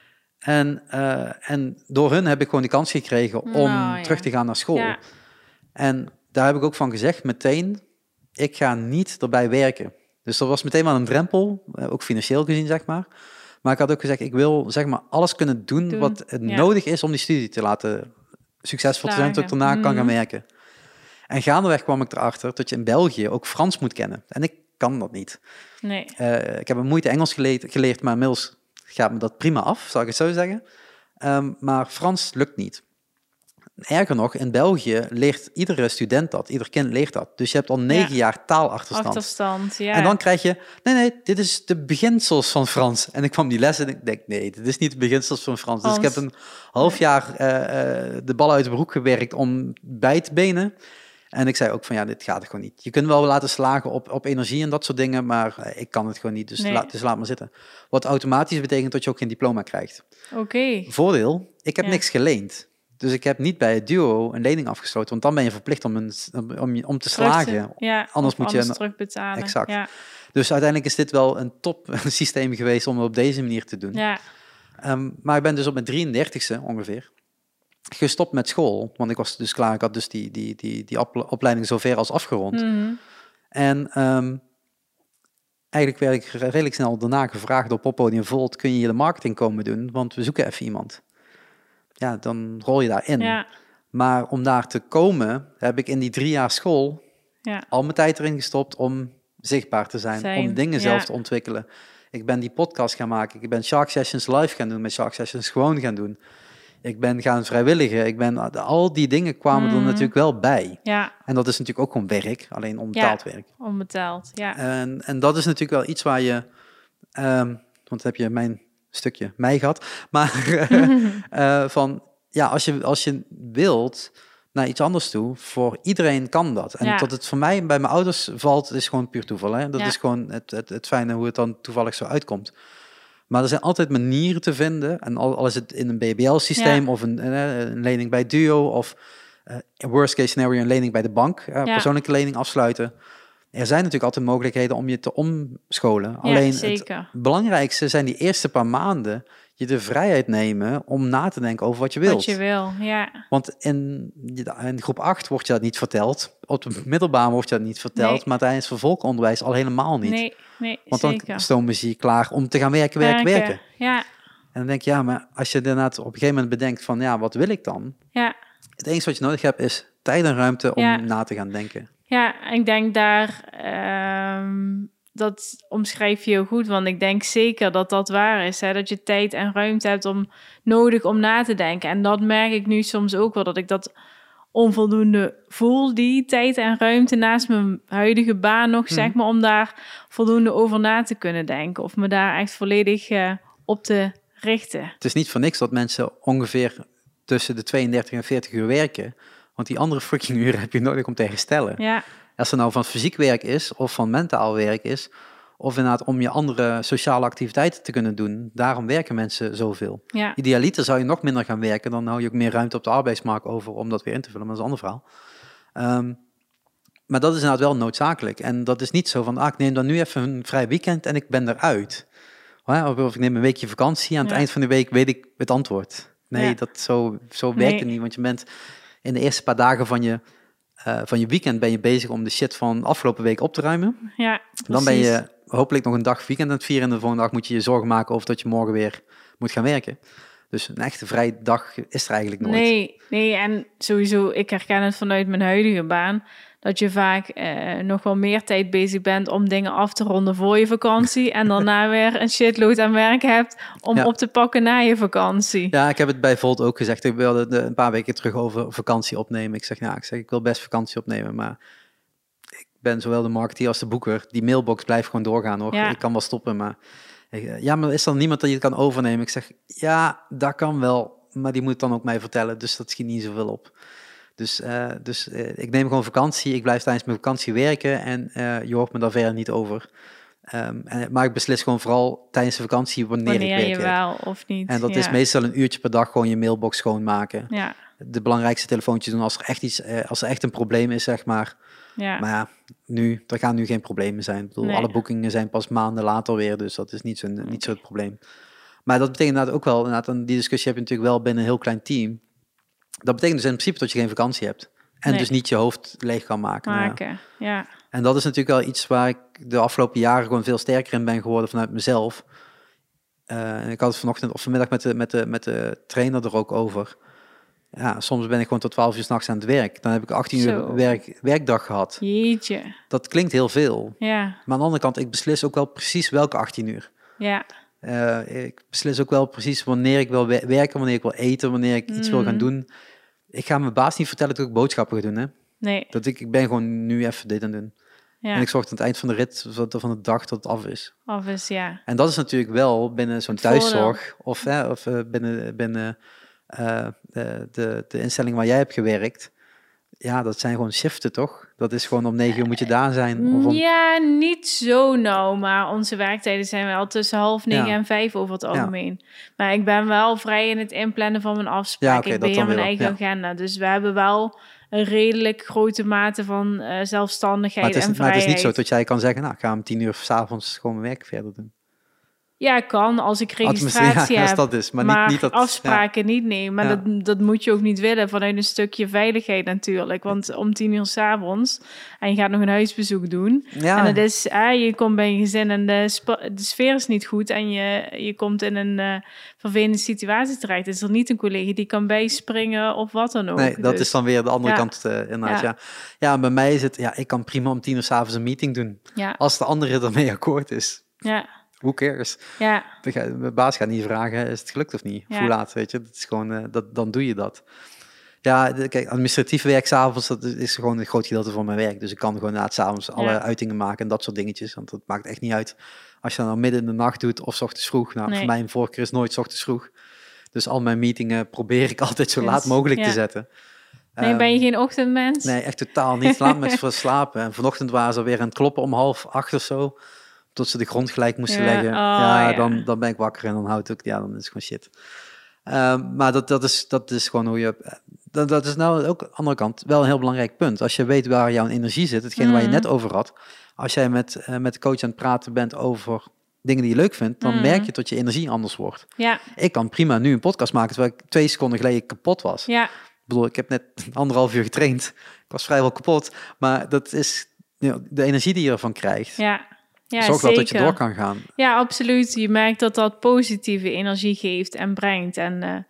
En door hun heb ik gewoon de kans gekregen om terug te gaan naar school. Ja. En daar heb ik ook van gezegd meteen, ik ga niet erbij werken. Dus dat was meteen wel een drempel, ook financieel gezien, zeg maar. Maar ik had ook gezegd, ik wil zeg maar alles kunnen doen wat nodig is om die studie te laten succesvol te zijn, tot ik daarna kan gaan werken. En gaandeweg kwam ik erachter dat je in België ook Frans moet kennen. En ik kan dat niet. Nee. Ik heb een moeite Engels geleerd, maar inmiddels gaat me dat prima af, zal ik het zo zeggen. Maar Frans lukt niet. Erger nog, in België leert iedere student dat, ieder kind leert dat. Dus je hebt al 9 jaar taalachterstand. En dan krijg je, nee, dit is de beginsels van Frans. En ik kwam die les en ik denk, nee, dit is niet de beginsels van Frans. Dus ik heb een half jaar de bal uit de broek gewerkt om bij te benen. En ik zei ook van, ja, dit gaat gewoon niet. Je kunt wel laten slagen op energie en dat soort dingen, maar ik kan het gewoon niet, dus, dus laat maar zitten. Wat automatisch betekent dat je ook geen diploma krijgt. Oké. Voordeel, ik heb niks geleend. Dus ik heb niet bij het duo een lening afgesloten, want dan ben je verplicht om te slagen. Anders moet je terugbetalen. Exact. Ja. Dus uiteindelijk is dit wel een top systeem geweest om het op deze manier te doen. Ja. Maar ik ben dus op mijn 33ste ongeveer gestopt met school, want ik was dus klaar. Ik had dus die opleiding zover als afgerond. Mm-hmm. En eigenlijk werd ik redelijk snel daarna gevraagd op Poppodium Volt, kun je hier de marketing komen doen, want we zoeken even iemand. Ja, dan rol je daarin. Ja. Maar om daar te komen, heb ik in die 3 jaar school al mijn tijd erin gestopt om zichtbaar te zijn. Om dingen zelf te ontwikkelen. Ik ben die podcast gaan maken. Ik ben Shark Sessions live gaan doen, met Shark Sessions gewoon gaan doen. Ik ben gaan vrijwilligen. Al die dingen kwamen er natuurlijk wel bij. Ja. En dat is natuurlijk ook gewoon werk, alleen onbetaald werk. Onbetaald, ja. En dat is natuurlijk wel iets waar je... want dan heb je mijn stukje mij gehad. Maar van, ja, als je wilt naar iets anders toe, voor iedereen kan dat. En dat het voor mij, bij mijn ouders valt, is gewoon puur toeval. Hè? Dat is gewoon het fijne hoe het dan toevallig zo uitkomt. Maar er zijn altijd manieren te vinden. En al is het in een BBL-systeem of een lening bij Duo of worst case scenario een lening bij de bank. Persoonlijke lening afsluiten. Er zijn natuurlijk altijd mogelijkheden om je te omscholen. Alleen zeker. Het belangrijkste zijn die eerste paar maanden je de vrijheid nemen om na te denken over wat je wilt. Wat je wil, ja. Want in groep 8 wordt je dat niet verteld. Op de middelbare wordt je dat niet verteld. Maar tijdens vervolgonderwijs al helemaal niet. Nee, want dan stomen ze je klaar om te gaan werken. Ja. En dan denk je, ja, maar als je inderdaad op een gegeven moment bedenkt van, ja, wat wil ik dan? Ja. Het enige wat je nodig hebt is tijd en ruimte om na te gaan denken. Ja, ik denk daar, dat omschrijf je heel goed, want ik denk zeker dat dat waar is. Hè? Dat je tijd en ruimte hebt nodig om na te denken. En dat merk ik nu soms ook wel, dat ik dat onvoldoende voel, die tijd en ruimte naast mijn huidige baan nog, zeg maar, om daar voldoende over na te kunnen denken. Of me daar echt volledig op te richten. Het is niet voor niks dat mensen ongeveer tussen de 32 en 40 uur werken. Want die andere freaking uren heb je nodig om te herstellen. Ja. Als het nou van fysiek werk is, of van mentaal werk is, of inderdaad om je andere sociale activiteiten te kunnen doen. Daarom werken mensen zoveel. Ja. Idealiter zou je nog minder gaan werken, dan hou je ook meer ruimte op de arbeidsmarkt over om dat weer in te vullen, maar dat is een ander verhaal. Maar dat is inderdaad wel noodzakelijk. En dat is niet zo van, ik neem dan nu even een vrij weekend en ik ben eruit. Of ik neem een weekje vakantie, aan het eind van de week weet ik het antwoord. Nee, dat zo werkt het niet, want je bent in de eerste paar dagen van je weekend ben je bezig om de shit van afgelopen week op te ruimen. Ja, precies. Dan ben je hopelijk nog een dag weekend aan het vieren en de volgende dag moet je je zorgen maken over dat je morgen weer moet gaan werken. Dus een echte vrije dag is er eigenlijk nooit. Nee, en sowieso, ik herken het vanuit mijn huidige baan, dat je vaak nog wel meer tijd bezig bent om dingen af te ronden voor je vakantie en daarna weer een shitload aan werk hebt om op te pakken na je vakantie. Ja, ik heb het bij Volt ook gezegd. Ik wilde een paar weken terug over vakantie opnemen. Ik zeg, ik wil best vakantie opnemen, maar ik ben zowel de marketeer als de boeker. Die mailbox blijft gewoon doorgaan hoor. Ja. Ik kan wel stoppen, maar maar is er niemand dat je het kan overnemen? Ik zeg, ja, dat kan wel, maar die moet dan ook mij vertellen, dus dat schiet niet zoveel op. Dus ik neem gewoon vakantie, ik blijf tijdens mijn vakantie werken en je hoort me daar verder niet over. Maar ik beslis gewoon vooral tijdens de vakantie wanneer ik werk. Je wel of niet. En dat is meestal een uurtje per dag gewoon je mailbox schoonmaken. Ja. De belangrijkste telefoontjes doen als er echt een probleem is, zeg maar. Ja. Maar ja, er gaan nu geen problemen zijn. Ik bedoel, alle boekingen zijn pas maanden later weer, dus dat is niet zo het probleem. Maar dat betekent inderdaad ook wel, die discussie heb je natuurlijk wel binnen een heel klein team. Dat betekent dus in principe dat je geen vakantie hebt. En dus niet je hoofd leeg kan maken. Ja. En dat is natuurlijk wel iets waar ik de afgelopen jaren gewoon veel sterker in ben geworden vanuit mezelf. En ik had het vanochtend of vanmiddag met de trainer er ook over. Ja, soms ben ik gewoon tot 12 uur 's nachts aan het werk. Dan heb ik 18 uur werkdag gehad. Jeetje. Dat klinkt heel veel. Ja. Maar aan de andere kant, ik beslis ook wel precies welke 18 uur. Ja. Ik beslis ook wel precies wanneer ik wil werken, wanneer ik wil eten, wanneer ik iets wil gaan doen. Ik ga mijn baas niet vertellen dat ik boodschappen ga doen. Hè? Nee. Dat ik ben gewoon nu even dit aan doen. Ja. En ik zorg aan het eind van de rit, van de dag, tot het af is. Ja. En dat is natuurlijk wel binnen zo'n thuiszorg of binnen de instelling waar jij hebt gewerkt. ja, dat zijn gewoon shiften, toch? Dat is gewoon om 9 uur moet je daar zijn. Of om... Ja, niet zo nauw, maar onze werktijden zijn wel tussen 8:30 en 5 over het algemeen. Maar ik ben wel vrij in het inplannen van mijn afspraken. Ik beheer mijn eigen agenda. Dus we hebben wel een redelijk grote mate van zelfstandigheid en vrijheid. Maar het is niet zo dat jij kan zeggen, nou, ik ga om 10 uur 's avonds gewoon mijn werk verder doen. Ja, kan als ik registratie heb. Dat is, maar niet dat, afspraken niet nemen. Maar dat moet je ook niet willen vanuit een stukje veiligheid natuurlijk. Want om 10 uur 's avonds en je gaat nog een huisbezoek doen. Ja. En het is, je komt bij een gezin en de sfeer is niet goed. En je komt in een vervelende situatie terecht. Is er niet een collega die kan bijspringen of wat dan ook. Nee, dat is dan weer de andere kant inderdaad. Ja, bij mij is het, ik kan prima om 10 uur 's avonds een meeting doen. Ja. Als de andere ermee akkoord is. Ja. Who cares? Ja. Mijn baas gaat niet vragen, is het gelukt of niet? Hoe laat, weet je? Dat is gewoon, dan doe je dat. Ja, kijk, administratief werk 's avonds, dat is gewoon een groot gedeelte van mijn werk. Dus ik kan gewoon na het 's avonds alle uitingen maken en dat soort dingetjes. Want dat maakt echt niet uit als je dat nou midden in de nacht doet of 's ochtends vroeg. Nou, voor mij een voorkeur is nooit 's ochtends vroeg. Dus al mijn meetingen probeer ik altijd zo laat mogelijk te zetten. Nee, ben je geen ochtendmens? Nee, echt totaal niet. Laat me eens slapen. En vanochtend waren ze weer aan het kloppen om 7:30 of zo. Tot ze de grond gelijk moesten leggen. Dan ben ik wakker en dan houdt het ook. Ja, dan is het gewoon shit. Maar dat is gewoon hoe je... Dat is nou ook aan de andere kant wel een heel belangrijk punt. Als je weet waar jouw energie zit, hetgene waar je net over had. Als jij met de coach aan het praten bent over dingen die je leuk vindt, dan merk je dat je energie anders wordt. Ja. Ik kan prima nu een podcast maken, terwijl ik 2 seconden geleden kapot was. Ja. Ik bedoel, ik heb net 1,5 uur getraind. Ik was vrijwel kapot. Maar dat is de energie die je ervan krijgt. Ja. Ja, zorg wel dat je door kan gaan. Ja, absoluut. Je merkt dat dat positieve energie geeft en brengt. En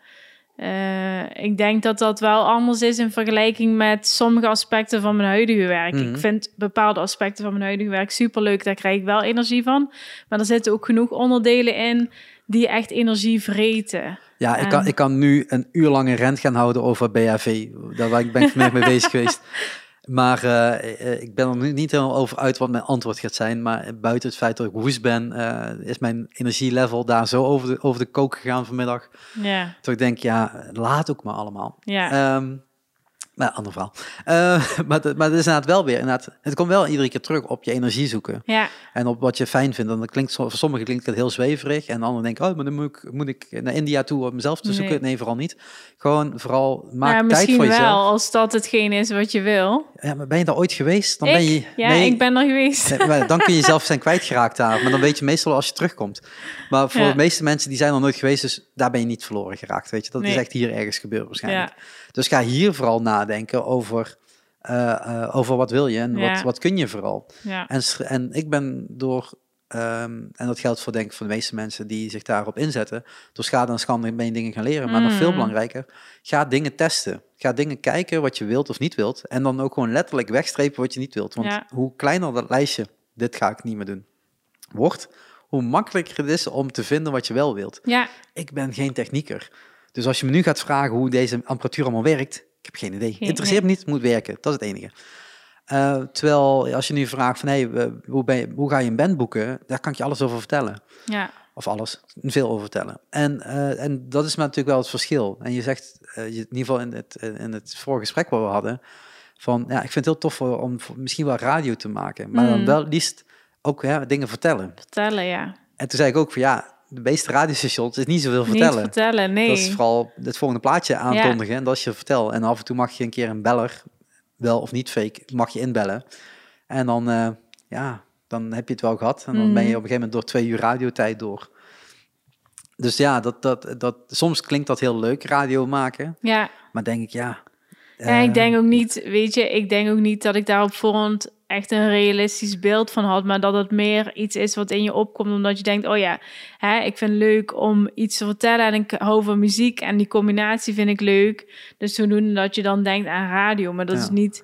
ik denk dat dat wel anders is in vergelijking met sommige aspecten van mijn huidige werk. Ik vind bepaalde aspecten van mijn huidige werk superleuk. Daar krijg ik wel energie van. Maar er zitten ook genoeg onderdelen in die echt energie vreten. Ja, ik kan nu een uur lang een rent gaan houden over BHV. Daar ben ik vanmiddag mee bezig geweest. Maar ik ben er nu niet helemaal over uit wat mijn antwoord gaat zijn. Maar buiten het feit dat ik woest ben, is mijn energielevel daar zo over de kook gegaan vanmiddag. Ja. Dat ik denk, laat ook maar allemaal. Ja. Maar ander verhaal. Maar het is inderdaad wel weer, het komt wel iedere keer terug op je energie zoeken. Ja. En op wat je fijn vindt. En dat klinkt, voor sommigen klinkt het heel zweverig. En anderen denken, maar dan moet ik naar India toe om mezelf te zoeken. Nee, vooral niet. Vooral maak tijd voor jezelf. Misschien wel, als dat hetgeen is wat je wil. Ja, maar ben je daar ooit geweest? Dan ben je, ik ben er geweest. Nee, maar dan kun je jezelf zijn kwijtgeraakt daar. Maar dan weet je meestal als je terugkomt. Maar voor de meeste mensen, die zijn er nooit geweest. Dus daar ben je niet verloren geraakt, weet je. Dat is echt hier ergens gebeurd waarschijnlijk. Ja. Dus ga hier vooral nadenken over wat wil je en wat kun je vooral. Ja. En ik ben door, en dat geldt voor denk ik voor de meeste mensen die zich daarop inzetten, door schade en schande ben je dingen gaan leren. Maar nog veel belangrijker, ga dingen testen. Ga dingen kijken wat je wilt of niet wilt. En dan ook gewoon letterlijk wegstrepen wat je niet wilt. Want hoe kleiner dat lijstje, dit ga ik niet meer doen, wordt, hoe makkelijker het is om te vinden wat je wel wilt. Ja. Ik ben geen technieker. Dus als je me nu gaat vragen hoe deze apparatuur allemaal werkt, ik heb geen idee. Interesseert me niet, het moet werken. Dat is het enige. Terwijl als je nu vraagt van, hoe ga je een band boeken? Daar kan ik je alles over vertellen. Ja. Of alles, veel over vertellen. En dat is natuurlijk wel het verschil. En je zegt, in ieder geval in het vorige gesprek wat we hadden, van ik vind het heel tof om misschien wel radio te maken. Maar dan wel liefst ook dingen vertellen. Vertellen, ja. En toen zei ik ook van de meeste radiostations is niet zoveel vertellen. Niet vertellen, nee. Dat is vooral het volgende plaatje aankondigen en dat is je vertel. En af en toe mag je een keer een beller, wel of niet fake, mag je inbellen. En dan, dan heb je het wel gehad. En dan ben je op een gegeven moment door 2 uur radiotijd door. Dus dat soms klinkt dat heel leuk, radio maken. Ja. Maar denk ik, ik denk ook niet, ik denk ook niet dat ik daar op voorhand echt een realistisch beeld van had, maar dat het meer iets is wat in je opkomt, omdat je denkt, ik vind het leuk om iets te vertellen en ik hou van muziek en die combinatie vind ik leuk. Dus zodoende dat je dan denkt aan radio, maar dat is niet,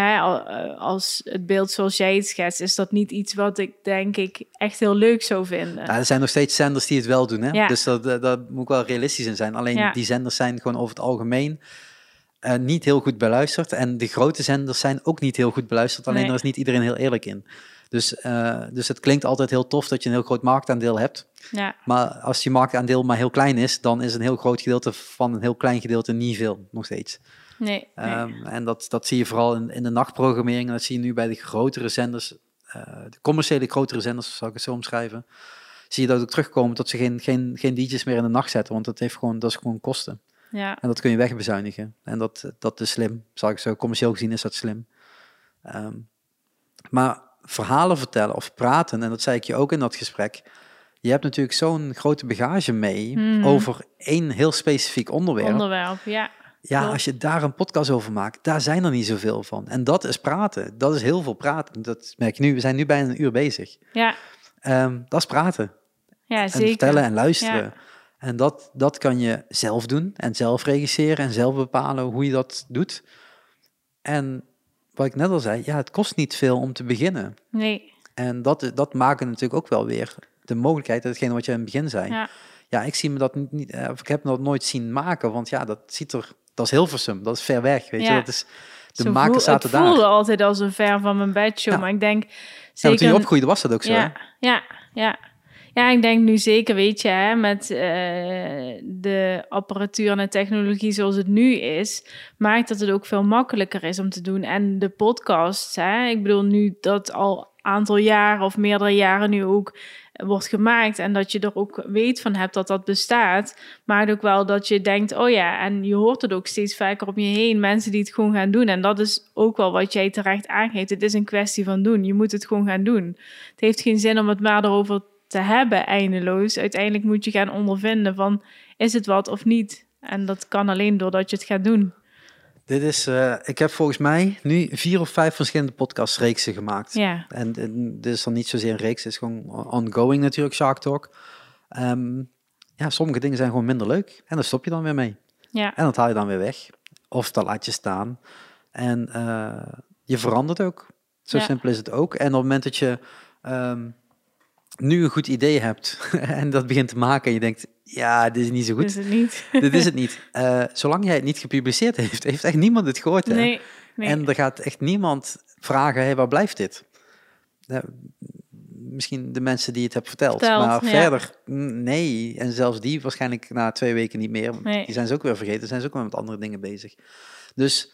als het beeld zoals jij het schetst, is dat niet iets wat ik denk ik echt heel leuk zou vinden. Er zijn nog steeds zenders die het wel doen, hè? Ja. Dus dat moet wel realistisch in zijn. Alleen die zenders zijn gewoon over het algemeen niet heel goed beluisterd. En de grote zenders zijn ook niet heel goed beluisterd. Alleen daar is niet iedereen heel eerlijk in. Dus het klinkt altijd heel tof dat je een heel groot marktaandeel hebt. Ja. Maar als je marktaandeel maar heel klein is, dan is een heel groot gedeelte van een heel klein gedeelte niet veel, nog steeds. Nee. En dat zie je vooral in de nachtprogrammering. En dat zie je nu bij de grotere zenders, de commerciële grotere zenders, zal ik het zo omschrijven. Zie je dat ook terugkomen dat ze geen DJ's meer in de nacht zetten. Want dat is gewoon kosten. Ja. En dat kun je wegbezuinigen. En dat is slim. Zal ik zo commercieel gezien is dat slim. Maar verhalen vertellen of praten, en dat zei ik je ook in dat gesprek. Je hebt natuurlijk zo'n grote bagage mee over één heel specifiek onderwerp. Ja. Ja, als je daar een podcast over maakt, daar zijn er niet zoveel van. En dat is praten. Dat is heel veel praten. Dat merk je nu. We zijn nu bijna een uur bezig. Ja. Dat is praten. Ja, zeker. En vertellen en luisteren. Ja. En dat kan je zelf doen. En zelf regisseren en zelf bepalen hoe je dat doet. En wat ik net al zei, ja, het kost niet veel om te beginnen. Nee. En dat maakt natuurlijk ook wel weer de mogelijkheid, hetgene wat je in het begin zei. Ja, ik zie me dat niet, of ik heb me dat nooit zien maken, want ja, dat is Hilversum, dat is ver weg, weet je. Dat is, de makers zaten daar. Het voelde altijd als een ver van mijn bedshow, maar ik denk zeker... toen je opgroeide was dat ook zo, Ja, ik denk nu zeker, weet je, hè, met de apparatuur en de technologie zoals het nu is, maakt dat het ook veel makkelijker is om te doen. En de podcasts, hè, ik bedoel nu dat al een aantal jaren of meerdere jaren nu ook wordt gemaakt en dat je er ook weet van hebt dat dat bestaat, maakt ook wel dat je denkt, oh ja, en je hoort het ook steeds vaker om je heen, mensen die het gewoon gaan doen. En dat is ook wel wat jij terecht aangeeft. Het is een kwestie van doen. Je moet het gewoon gaan doen. Het heeft geen zin om het maar erover te hebben eindeloos. Uiteindelijk moet je gaan ondervinden van, is het wat of niet? En dat kan alleen doordat je het gaat doen. Dit is, ik heb volgens mij nu 4 of 5 verschillende podcastreeksen gemaakt. Ja. En dit is dan niet zozeer een reeks, het is gewoon ongoing natuurlijk, Shark Talk. Ja, sommige dingen zijn gewoon minder leuk en daar stop je dan weer mee. Ja. En dat haal je dan weer weg. Of dat laat je staan. En je verandert ook. Zo simpel is het ook. En op het moment dat je nu een goed idee hebt en dat begint te maken en je denkt, ja, dit is niet zo goed. Dit is het niet. Dit is het niet. Zolang jij het niet gepubliceerd heeft echt niemand het gehoord. Hè? Nee. En er gaat echt niemand vragen, hey, waar blijft dit? Misschien de mensen die het hebben verteld. Maar verder, nee. En zelfs die waarschijnlijk na 2 weken niet meer. Die zijn ze ook weer vergeten. Zijn ze ook weer met andere dingen bezig. Dus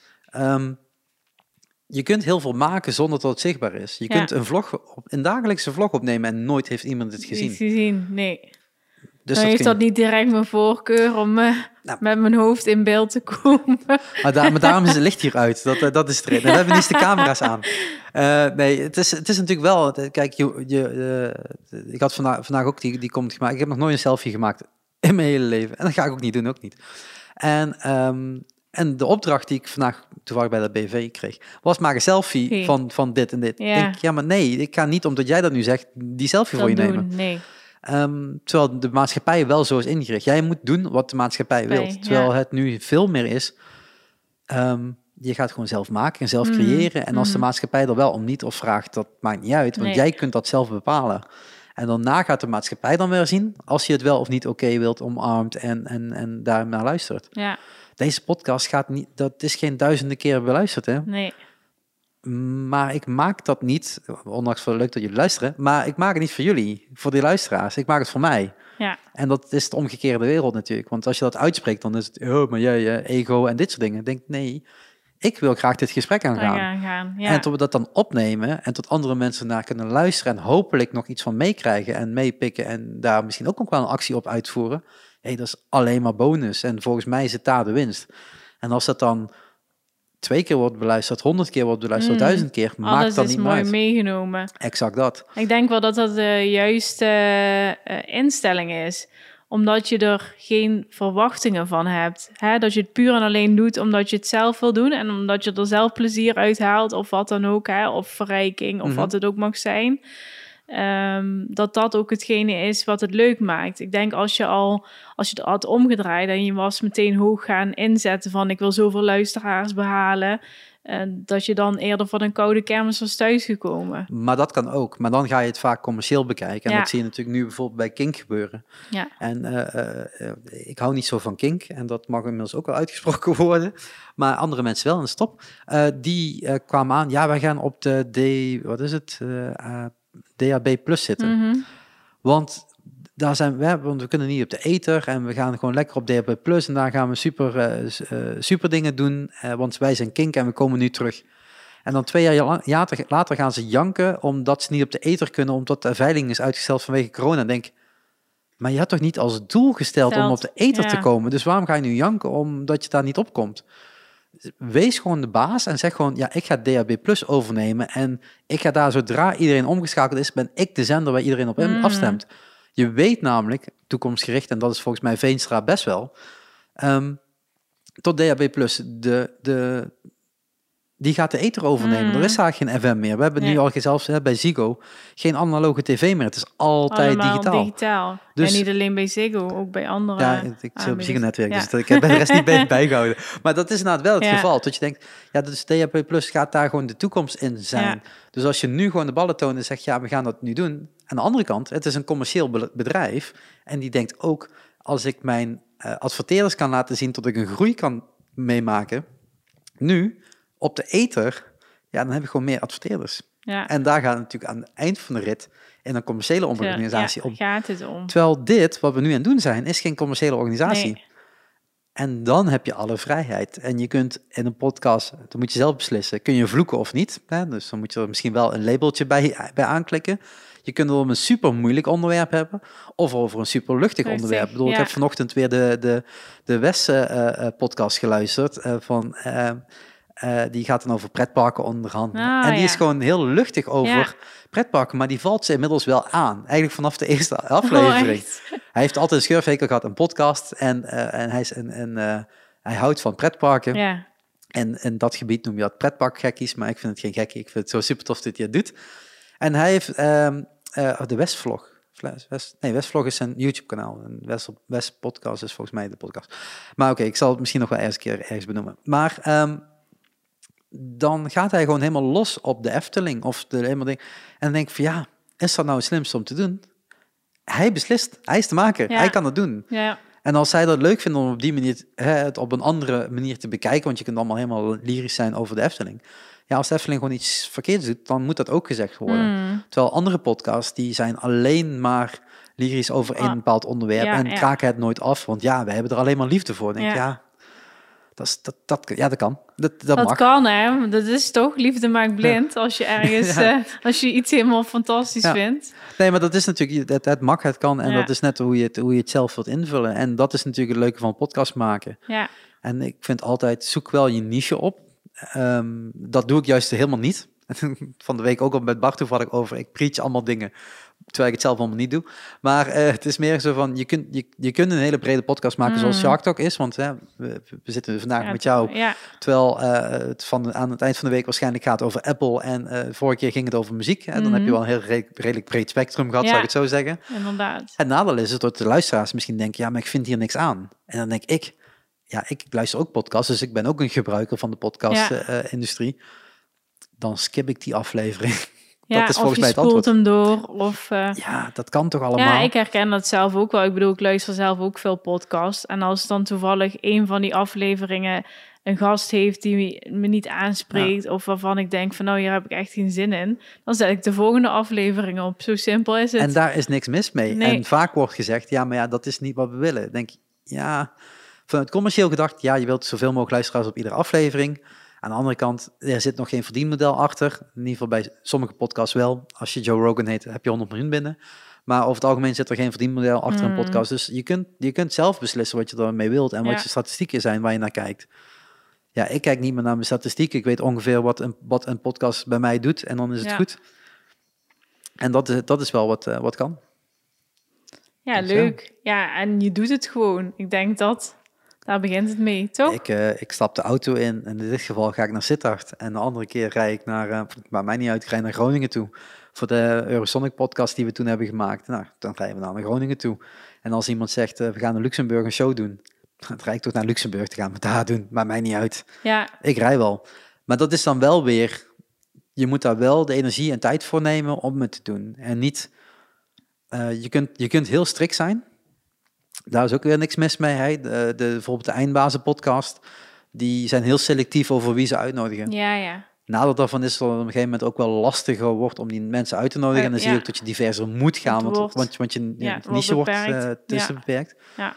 je kunt heel veel maken zonder dat het zichtbaar is. Je kunt een dagelijkse vlog opnemen en nooit heeft iemand het gezien. Niet gezien, nee. Dus dan heeft dat niet direct mijn voorkeur om met mijn hoofd in beeld te komen. Maar daarom is het licht hier uit. Dat is erin. En we hebben niet de camera's aan. Nee, het is natuurlijk wel... Kijk, ik had vandaag ook die comment gemaakt. Ik heb nog nooit een selfie gemaakt in mijn hele leven. En dat ga ik ook niet doen, ook niet. En de opdracht die ik vandaag toevallig bij de BV kreeg, was maak een selfie van dit en dit. Ja. Ik denk, ja, maar nee, ik ga niet, omdat jij dat nu zegt, die selfie voor je nemen. Nee. Terwijl de maatschappij wel zo is ingericht. Jij moet doen wat de maatschappij wil. Terwijl het nu veel meer is, je gaat gewoon zelf maken en zelf creëren. En als de maatschappij er wel om niet of vraagt, dat maakt niet uit. Want jij kunt dat zelf bepalen. En daarna gaat de maatschappij dan weer zien, als je het wel of niet oké wilt, omarmt en daar naar luistert. Ja. Deze podcast gaat niet, dat is geen duizenden keren beluisterd, hè? Nee. Maar ik maak dat niet, ondanks voor leuk dat jullie luisteren, maar ik maak het niet voor jullie, voor die luisteraars. Ik maak het voor mij. Ja. En dat is de omgekeerde wereld natuurlijk. Want als je dat uitspreekt, dan is het, oh, maar jij, ego en dit soort dingen. Ik denk, nee, ik wil graag dit gesprek aangaan. Ja. En tot we dat dan opnemen en tot andere mensen naar kunnen luisteren en hopelijk nog iets van meekrijgen en meepikken en daar misschien ook nog wel een actie op uitvoeren. Dat is alleen maar bonus. En volgens mij is het daar de winst. En als dat dan 2 keer wordt beluisterd, 100 keer wordt beluisterd, 1000 keer, maakt dat niet meer uit. Alles is mooi meegenomen. Exact dat. Ik denk wel dat dat de juiste instelling is. Omdat je er geen verwachtingen van hebt. Hè? Dat je het puur en alleen doet omdat je het zelf wil doen. En omdat je er zelf plezier uit haalt of wat dan ook. Hè? Of verrijking of wat het ook mag zijn. Dat ook hetgene is wat het leuk maakt. Ik denk als je het had omgedraaid en je was meteen hoog gaan inzetten van ik wil zoveel luisteraars behalen, dat je dan eerder van een koude kermis was thuisgekomen. Maar dat kan ook. Maar dan ga je het vaak commercieel bekijken. En dat zie je natuurlijk nu bijvoorbeeld bij Kink gebeuren. Ja. En ik hou niet zo van Kink. En dat mag inmiddels ook wel uitgesproken worden. Maar andere mensen wel. En stop. Die kwamen aan. Ja, wij gaan op de DAB+ zitten. Want daar zijn we, want we kunnen niet op de ether en we gaan gewoon lekker op DHB+. En daar gaan we super dingen doen, want wij zijn kink en we komen nu terug. En dan 2 jaar later gaan ze janken omdat ze niet op de ether kunnen, omdat de veiling is uitgesteld vanwege corona. Dan denk ik, maar je had toch niet als doel gesteld om op de ether te komen? Dus waarom ga je nu janken omdat je daar niet op komt? Wees gewoon de baas en zeg gewoon, ja, ik ga DHB Plus overnemen en ik ga daar, zodra iedereen omgeschakeld is, ben ik de zender waar iedereen op afstemt. Je weet namelijk, toekomstgericht, en dat is volgens mij Veenstra best wel, tot DHB Plus, die gaat de ether overnemen. Er is eigenlijk geen FM meer. We hebben nu al zelfs bij Ziggo geen analoge tv meer. Het is altijd allemaal digitaal. Dus, en niet alleen bij Ziggo, ook bij andere. Ja, ik zit op Ziggo-netwerk, dus ik heb de rest niet bijgehouden. Maar dat is inderdaad wel het geval. Dat je denkt, ja, dus DHB Plus gaat daar gewoon de toekomst in zijn. Ja. Dus als je nu gewoon de ballen toont en zegt, ja, we gaan dat nu doen. Aan de andere kant, het is een commercieel bedrijf. En die denkt ook, als ik mijn adverteerders kan laten zien tot ik een groei kan meemaken, nu op de ether, ja, dan heb ik gewoon meer adverteerders. Ja. En daar gaat het natuurlijk aan het eind van de rit in een commerciële organisatie om. Gaat het om. Terwijl dit, wat we nu aan het doen zijn, is geen commerciële organisatie. Nee. En dan heb je alle vrijheid. En je kunt in een podcast, dan moet je zelf beslissen, kun je vloeken of niet. Hè? Dus dan moet je er misschien wel een labeltje bij aanklikken. Je kunt het over een super moeilijk onderwerp hebben, of over een super luchtig onderwerp. Ik bedoel, ik heb vanochtend weer de Wes podcast geluisterd van... die gaat dan over pretparken onderhand. En die is gewoon heel luchtig over pretparken, maar die valt ze inmiddels wel aan. Eigenlijk vanaf de eerste aflevering. Hij heeft altijd een schurfhekel gehad, een podcast. En hij houdt van pretparken. Ja. En in dat gebied noem je dat pretparkgekkies, maar ik vind het geen gekkie. Ik vind het zo super tof dat hij het doet. En hij heeft de Westvlog. Westvlog is een YouTube-kanaal. West podcast is volgens mij de podcast. Maar oké, ik zal het misschien nog wel een keer ergens benoemen. Maar dan gaat hij gewoon helemaal los op de Efteling of de helemaal ding. En dan denk ik van ja, is dat nou het slimste om te doen? Hij beslist, hij is de maker, hij kan het doen. Ja. En als zij dat leuk vinden om op die manier het op een andere manier te bekijken, want je kunt allemaal helemaal lyrisch zijn over de Efteling. Ja, als de Efteling gewoon iets verkeerds doet, dan moet dat ook gezegd worden. Terwijl andere podcasts, die zijn alleen maar lyrisch over een bepaald onderwerp en kraken het nooit af. Want ja, wij hebben er alleen maar liefde voor. Denk dat kan. Dat mag. Kan, hè? Dat is toch, liefde maakt blind. Als je ergens, als je iets helemaal fantastisch vindt. Nee, maar dat is natuurlijk, het mag, het kan. En dat is net hoe je het zelf wilt invullen. En dat is natuurlijk het leuke van podcast maken. Ja. En ik vind altijd, zoek wel je niche op. Dat doe ik juist helemaal niet. Van de week ook al met Bart had ik over, ik preach allemaal dingen, terwijl ik het zelf allemaal niet doe. Maar het is meer zo van, je kunt een hele brede podcast maken zoals Shark Talk is, want we zitten vandaag met jou, terwijl het aan het eind van de week waarschijnlijk gaat over Apple en vorige keer ging het over muziek. Dan heb je wel een heel redelijk breed spectrum gehad, zou ik het zo zeggen. Inderdaad. Het nadeel is dat de luisteraars misschien denken, ja, maar ik vind hier niks aan. En dan denk ik, ja, ik luister ook podcasts, dus ik ben ook een gebruiker van de podcast-industrie. Dan skip ik die aflevering. Ja, dat is volgens mij het antwoord. Hem door. Of, ja, dat kan toch allemaal? Ja, ik herken dat zelf ook wel. Ik bedoel, ik luister zelf ook veel podcasts. En als dan toevallig een van die afleveringen een gast heeft die me niet aanspreekt, of waarvan ik denk van nou, hier heb ik echt geen zin in, dan zet ik de volgende aflevering op. Zo simpel is het. En daar is niks mis mee. Nee. En vaak wordt gezegd, ja, maar ja, dat is niet wat we willen. Ik denk, ja, vanuit commercieel gedacht, ja, je wilt zoveel mogelijk luisteraars op iedere aflevering. Aan de andere kant, er zit nog geen verdienmodel achter. In ieder geval bij sommige podcasts wel. Als je Joe Rogan heet, heb je 100 miljoen binnen. Maar over het algemeen zit er geen verdienmodel achter een podcast. Dus je kunt zelf beslissen wat je ermee wilt en wat je statistieken zijn waar je naar kijkt. Ja, ik kijk niet meer naar mijn statistieken. Ik weet ongeveer wat een podcast bij mij doet en dan is het goed. En dat is wel wat kan. Ja, dus leuk. Ja, en je doet het gewoon. Ik denk dat... Daar begint het mee, toch? Ik stap de auto in en in dit geval ga ik naar Sittard. En de andere keer rijd ik maar mij niet uit, ik rijd naar Groningen toe. Voor de Eurosonic podcast die we toen hebben gemaakt. Nou, dan rijden we naar Groningen toe. En als iemand zegt, we gaan in Luxemburg een show doen. Dan rijd ik toch naar Luxemburg te gaan, met daar doen. Maar mij niet uit. Ja. Ik rij wel. Maar dat is dan wel weer, je moet daar wel de energie en tijd voor nemen om het te doen. En niet, je kunt heel strikt zijn. Daar is ook weer niks mis mee. Bijvoorbeeld de Eindbazen podcast, die zijn heel selectief over wie ze uitnodigen. Ja. Nadeel daarvan is dat het op een gegeven moment ook wel lastiger wordt om die mensen uit te nodigen. En dan zie je ook dat je diverser moet gaan, want je niche wordt beperkt. Ja.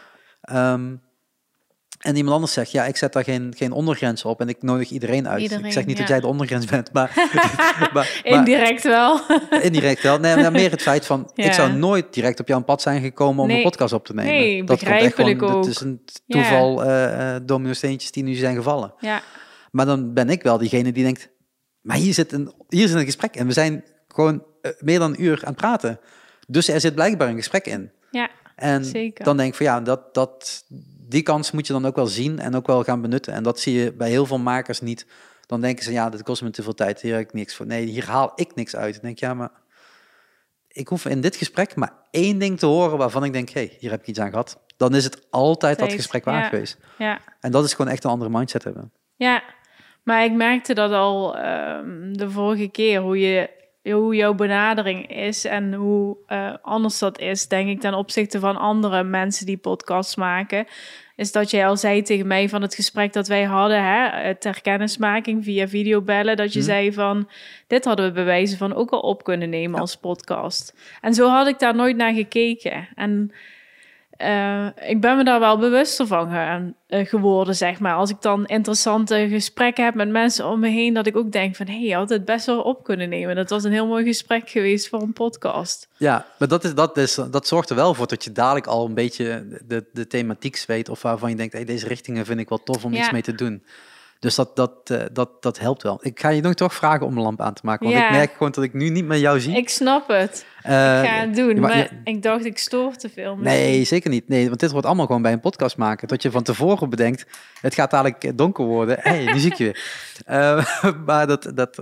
En iemand anders zegt, ik zet daar geen ondergrens op en ik nodig iedereen uit. Ik zeg niet dat jij de ondergrens bent, maar indirect wel. Indirect wel. Nee, maar meer het feit van, ik zou nooit direct op jouw pad zijn gekomen om een podcast op te nemen. Nee, dat begrijpelijk ook. Dat is een toeval, domino-steentjes die nu zijn gevallen. Ja. Maar dan ben ik wel diegene die denkt, maar hier zit een gesprek en we zijn gewoon meer dan een uur aan het praten. Dus er zit blijkbaar een gesprek in. Ja, en zeker. Dan denk ik van die kans moet je dan ook wel zien en ook wel gaan benutten. En dat zie je bij heel veel makers niet. Dan denken ze, dit kost me te veel tijd, hier heb ik niks voor. Nee, hier haal ik niks uit. Dan denk ik, maar ik hoef in dit gesprek maar één ding te horen waarvan ik denk, hier heb ik iets aan gehad. Dan is het altijd dat gesprek waard geweest. Ja. En dat is gewoon echt een andere mindset hebben. Ja, maar ik merkte dat al de vorige keer, hoe jouw benadering is en hoe anders dat is, denk ik, ten opzichte van andere mensen die podcasts maken, is dat jij al zei tegen mij van het gesprek dat wij hadden, ter kennismaking via videobellen, dat je zei van, dit hadden we bij wijze van ook al op kunnen nemen als podcast. En zo had ik daar nooit naar gekeken. En ik ben me daar wel bewuster van geworden, zeg maar. Als ik dan interessante gesprekken heb met mensen om me heen, dat ik ook denk van, je had het best wel op kunnen nemen. Dat was een heel mooi gesprek geweest voor een podcast. Ja, maar dat zorgt er wel voor dat je dadelijk al een beetje de thematiek weet, of waarvan je denkt, deze richtingen vind ik wel tof om iets mee te doen. Dus dat helpt wel. Ik ga je nog toch vragen om een lamp aan te maken. Want ik merk gewoon dat ik nu niet met jou zie. Ik snap het. Ik ga het doen. Maar ik dacht, ik stoor te veel. Misschien. Nee, zeker niet. Nee, want dit wordt allemaal gewoon bij een podcast maken. Dat je van tevoren bedenkt, het gaat dadelijk donker worden. Nu zie ik je weer. Maar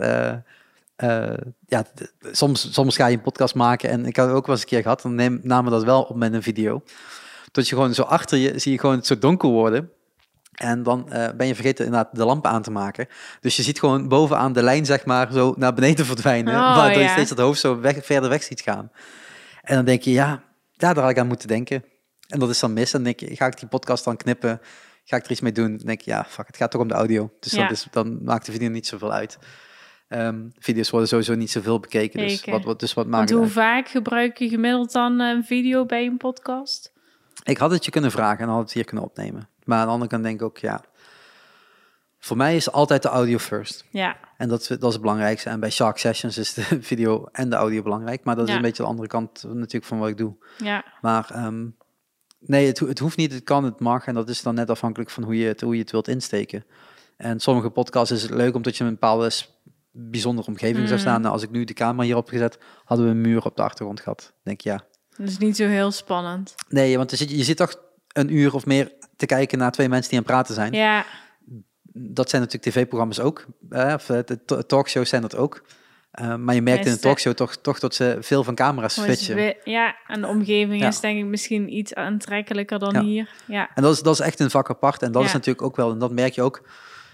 soms ga je een podcast maken. En ik had het ook wel eens een keer gehad. Dan namen we dat wel op met een video. Dat je gewoon zo achter je, zie je gewoon het zo donker worden. En dan ben je vergeten inderdaad de lamp aan te maken. Dus je ziet gewoon bovenaan de lijn, zeg maar, zo naar beneden verdwijnen. Waardoor je steeds het hoofd zo verder weg ziet gaan. En dan denk je, daar had ik aan moeten denken. En dat is dan mis. En dan denk je, ga ik die podcast dan knippen? Ga ik er iets mee doen? Dan denk je, fuck, het gaat toch om de audio. Dus dan maakt de video niet zoveel uit. Video's worden sowieso niet zoveel bekeken. Dus wat maakt het hoe vaak gebruik je gemiddeld dan een video bij een podcast? Ik had het je kunnen vragen en had het hier kunnen opnemen. Maar aan de andere kant denk ik ook, voor mij is altijd de audio first. Ja. En dat is het belangrijkste. En bij Shark Sessions is de video en de audio belangrijk. Maar dat is een beetje de andere kant natuurlijk van wat ik doe. Ja. Maar nee, het hoeft niet, het kan, het mag. En dat is dan net afhankelijk van hoe je het wilt insteken. En sommige podcasts is het leuk omdat je in een bepaalde bijzondere omgeving zou staan. Nou, als ik nu de camera hierop gezet, hadden we een muur op de achtergrond gehad. Denk je, Dat is niet zo heel spannend. Nee, want je zit toch een uur of meer te kijken naar twee mensen die aan het praten zijn. Ja. Dat zijn natuurlijk tv-programma's ook. De talkshows zijn dat ook. Maar je merkt in een talkshow toch dat ze veel van camera's switchen. En de omgeving is denk ik misschien iets aantrekkelijker dan hier. Ja. En dat is echt een vak apart. En dat is natuurlijk ook wel, en dat merk je ook.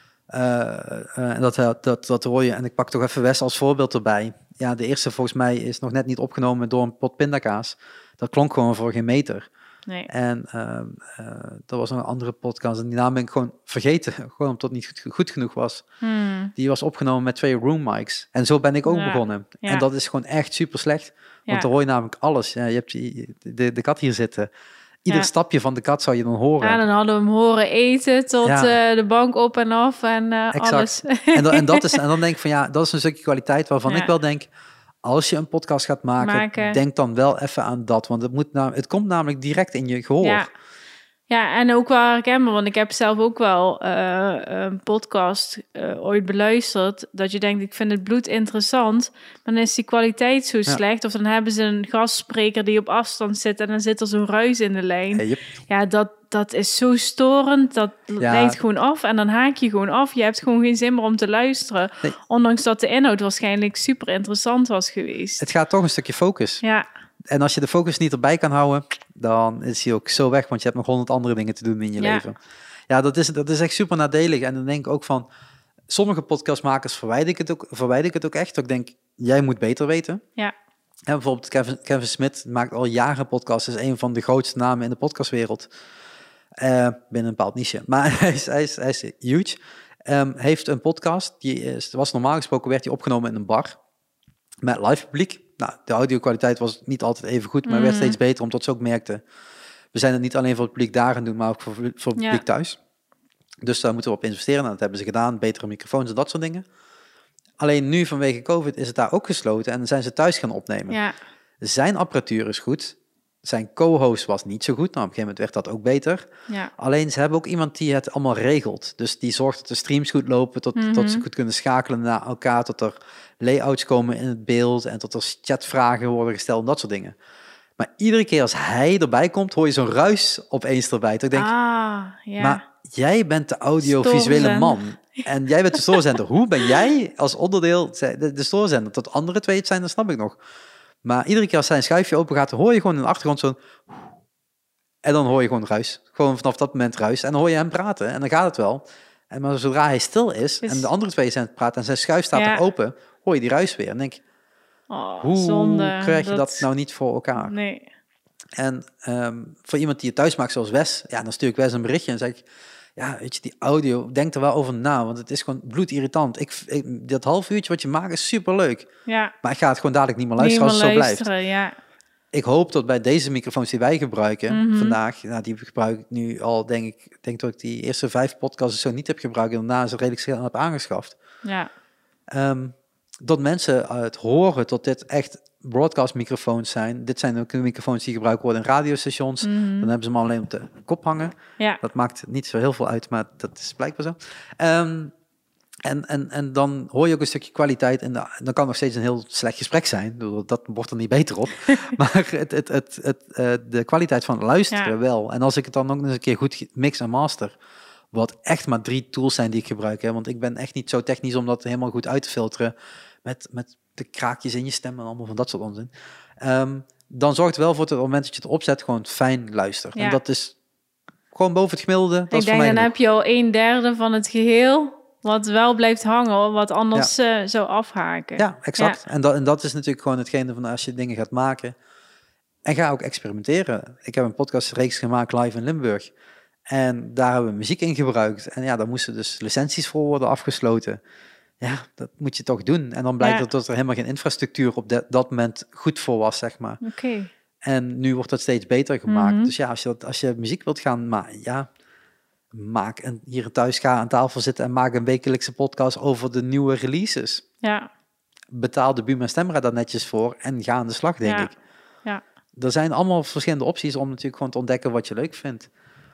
Dat hoor je. En ik pak toch even Wes als voorbeeld erbij. Ja, de eerste volgens mij is nog net niet opgenomen door een pot pindakaas. Dat klonk gewoon voor geen meter. Nee. En dat was nog een andere podcast. En die naam ben ik gewoon vergeten. Gewoon omdat het niet goed genoeg was. Die was opgenomen met 2 room mics. En zo ben ik ook begonnen. Ja. En dat is gewoon echt super slecht. Want dan hoor je namelijk alles. Ja, je hebt de kat hier zitten. Ieder stapje van de kat zou je dan horen. Ja, dan hadden we hem horen eten tot de bank op en af en alles. En dan denk ik van dat is een stukje kwaliteit waarvan ik wel denk, als je een podcast gaat maken, denk dan wel even aan dat. Want het komt namelijk direct in je gehoor. Ja, en ook wel herkenbaar, want ik heb zelf ook wel een podcast ooit beluisterd, dat je denkt, ik vind het bloed interessant, maar dan is die kwaliteit zo slecht, of dan hebben ze een gastspreker die op afstand zit en dan zit er zo'n ruis in de lijn. Ja, dat is zo storend, dat leidt gewoon af en dan haak je gewoon af. Je hebt gewoon geen zin meer om te luisteren, ondanks dat de inhoud waarschijnlijk super interessant was geweest. Het gaat toch een stukje focus. Ja. En als je de focus niet erbij kan houden, dan is hij ook zo weg, want je hebt nog 100 andere dingen te doen in je leven. Ja, dat is echt super nadelig. En dan denk ik ook van, sommige podcastmakers verwijder ik het ook echt. Ik denk, jij moet beter weten. Ja. En bijvoorbeeld Kevin Smith maakt al jaren podcasts, is een van de grootste namen in de podcastwereld. Binnen een bepaald niche. Maar hij is huge. heeft een podcast. Was normaal gesproken werd die opgenomen in een bar met live publiek. Nou, de audio-kwaliteit was niet altijd even goed, maar werd steeds beter, omdat ze ook merkten, we zijn het niet alleen voor het publiek daar aan doen, maar ook voor het publiek thuis. Dus daar moeten we op investeren. Nou, dat hebben ze gedaan, betere microfoons en dat soort dingen. Alleen nu vanwege COVID is het daar ook gesloten en zijn ze thuis gaan opnemen. Ja. Zijn apparatuur is goed. Zijn co-host was niet zo goed. Nou, op een gegeven moment werd dat ook beter. Ja. Alleen ze hebben ook iemand die het allemaal regelt. Dus die zorgt dat de streams goed lopen, tot ze goed kunnen schakelen naar elkaar, tot er layouts komen in het beeld en tot er chatvragen worden gesteld en dat soort dingen. Maar iedere keer als hij erbij komt, hoor je zo'n ruis opeens erbij. Ik denk, maar jij bent de audiovisuele man. En jij bent de stoorzender. Hoe ben jij als onderdeel de stoorzender? Tot andere twee het zijn, dat snap ik nog. Maar iedere keer als zijn schuifje open gaat, hoor je gewoon in de achtergrond zo'n... En dan hoor je gewoon ruis. Gewoon vanaf dat moment ruis. En dan hoor je hem praten en dan gaat het wel. Maar zodra hij stil is en de andere twee zijn aan het praten en zijn schuif staat er open, hoor je die ruis weer. En denk je, hoe krijg je dat nou niet voor elkaar? Nee. En voor iemand die het thuis maakt zoals Wes, dan stuur ik Wes een berichtje en zeg ik, weet je, die audio, denk er wel over na, want het is gewoon bloedirritant. Dat half uurtje wat je maakt is superleuk. Ja. Maar ik ga het gewoon dadelijk niet meer luisteren als het zo blijft. Ja. Ik hoop dat bij deze microfoons die wij gebruiken vandaag, die gebruik ik nu al, denk dat ik die eerste 5 podcasts zo niet heb gebruikt en daarna ze redelijk snel heb aangeschaft. Ja. Dat mensen het horen tot dit echt broadcast microfoons zijn. Dit zijn ook de microfoons die gebruikt worden in radiostations. Dan hebben ze hem alleen op de kop hangen. Ja. Dat maakt niet zo heel veel uit, maar dat is blijkbaar zo. En dan hoor je ook een stukje kwaliteit. En dan kan het nog steeds een heel slecht gesprek zijn. Dat wordt er niet beter op. Maar de kwaliteit van het luisteren wel. En als ik het dan ook eens een keer goed mix en master, wat echt maar 3 tools zijn die ik gebruik. Hè? Want ik ben echt niet zo technisch om dat helemaal goed uit te filteren. Met de kraakjes in je stem en allemaal van dat soort onzin. Dan zorgt het wel voor het moment dat je het opzet gewoon fijn luistert. Ja. En dat is gewoon boven het gemiddelde. Dat ik denk, dan heb je al 1/3 van het geheel wat wel blijft hangen, wat anders zou afhaken. Ja, exact. Ja. En dat is natuurlijk gewoon hetgene van als je dingen gaat maken. En ga ook experimenteren. Ik heb een podcastreeks gemaakt live in Limburg. En daar hebben we muziek in gebruikt. En daar moesten dus licenties voor worden afgesloten. Ja, dat moet je toch doen. En dan blijkt dat er helemaal geen infrastructuur op dat moment goed voor was, zeg maar. Okay. En nu wordt dat steeds beter gemaakt. Dus als je muziek wilt gaan maken, maak hier thuis, ga aan tafel zitten en maak een wekelijkse podcast over de nieuwe releases. Ja. Betaal de Buma Stemra daar netjes voor en ga aan de slag, denk ik. Ja. Er zijn allemaal verschillende opties om natuurlijk gewoon te ontdekken wat je leuk vindt.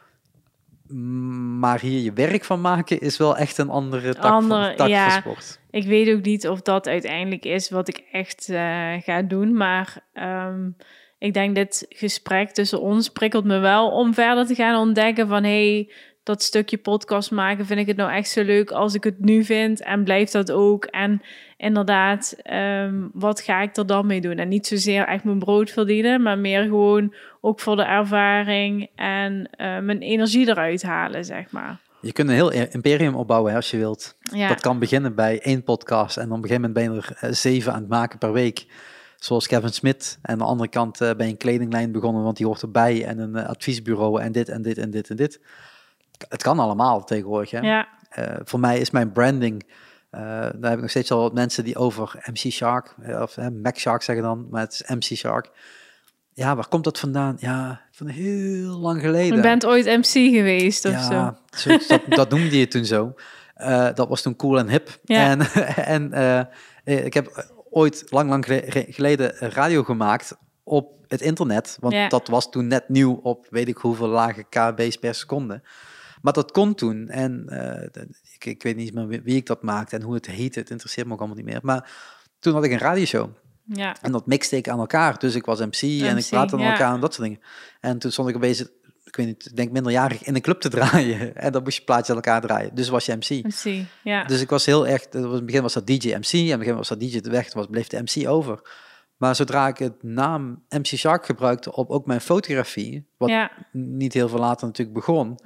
Maar hier je werk van maken is wel echt een andere tak van sport. Ik weet ook niet of dat uiteindelijk is wat ik echt ga doen. Maar ik denk dit gesprek tussen ons prikkelt me wel om verder te gaan ontdekken van dat stukje podcast maken, vind ik het nou echt zo leuk als ik het nu vind en blijft dat ook. En inderdaad, wat ga ik er dan mee doen? En niet zozeer echt mijn brood verdienen, maar meer gewoon ook voor de ervaring en mijn energie eruit halen, zeg maar. Je kunt een heel imperium opbouwen als je wilt. Ja. Dat kan beginnen bij 1 podcast en op een gegeven moment ben je er 7 aan het maken per week. Zoals Kevin Smith. En aan de andere kant ben je een kledinglijn begonnen, want die hoort erbij. En een adviesbureau en dit en dit en dit en dit. Het kan allemaal tegenwoordig. Hè? Ja. Voor mij is mijn branding, daar heb ik nog steeds al wat mensen die over MC Shark, of Mac Shark zeggen dan, maar het is MC Shark. Ja, waar komt dat vandaan? Ja, van heel lang geleden. Je bent ooit MC geweest of zo? Dat noemde je toen zo. Dat was toen cool en hip. Ja. En ik heb ooit lang geleden radio gemaakt op het internet, want dat was toen net nieuw op weet ik hoeveel lage kb's per seconde. Maar dat kon toen en ik weet niet meer wie ik dat maakte en hoe het heette, het interesseert me ook allemaal niet meer. Maar toen had ik een radioshow. Ja. En dat mixte ik aan elkaar. Dus ik was MC en ik praatte aan elkaar en dat soort dingen. En toen stond ik opeens, ik weet niet, denk minderjarig in een club te draaien. En dan moest je plaatjes aan elkaar draaien. Dus was je MC. Ja. Dus ik was heel erg, in het begin was dat DJ MC. En in het begin was dat DJ de weg, bleef de MC over. Maar zodra ik het naam MC Shark gebruikte op ook mijn fotografie, wat niet heel veel later natuurlijk begon.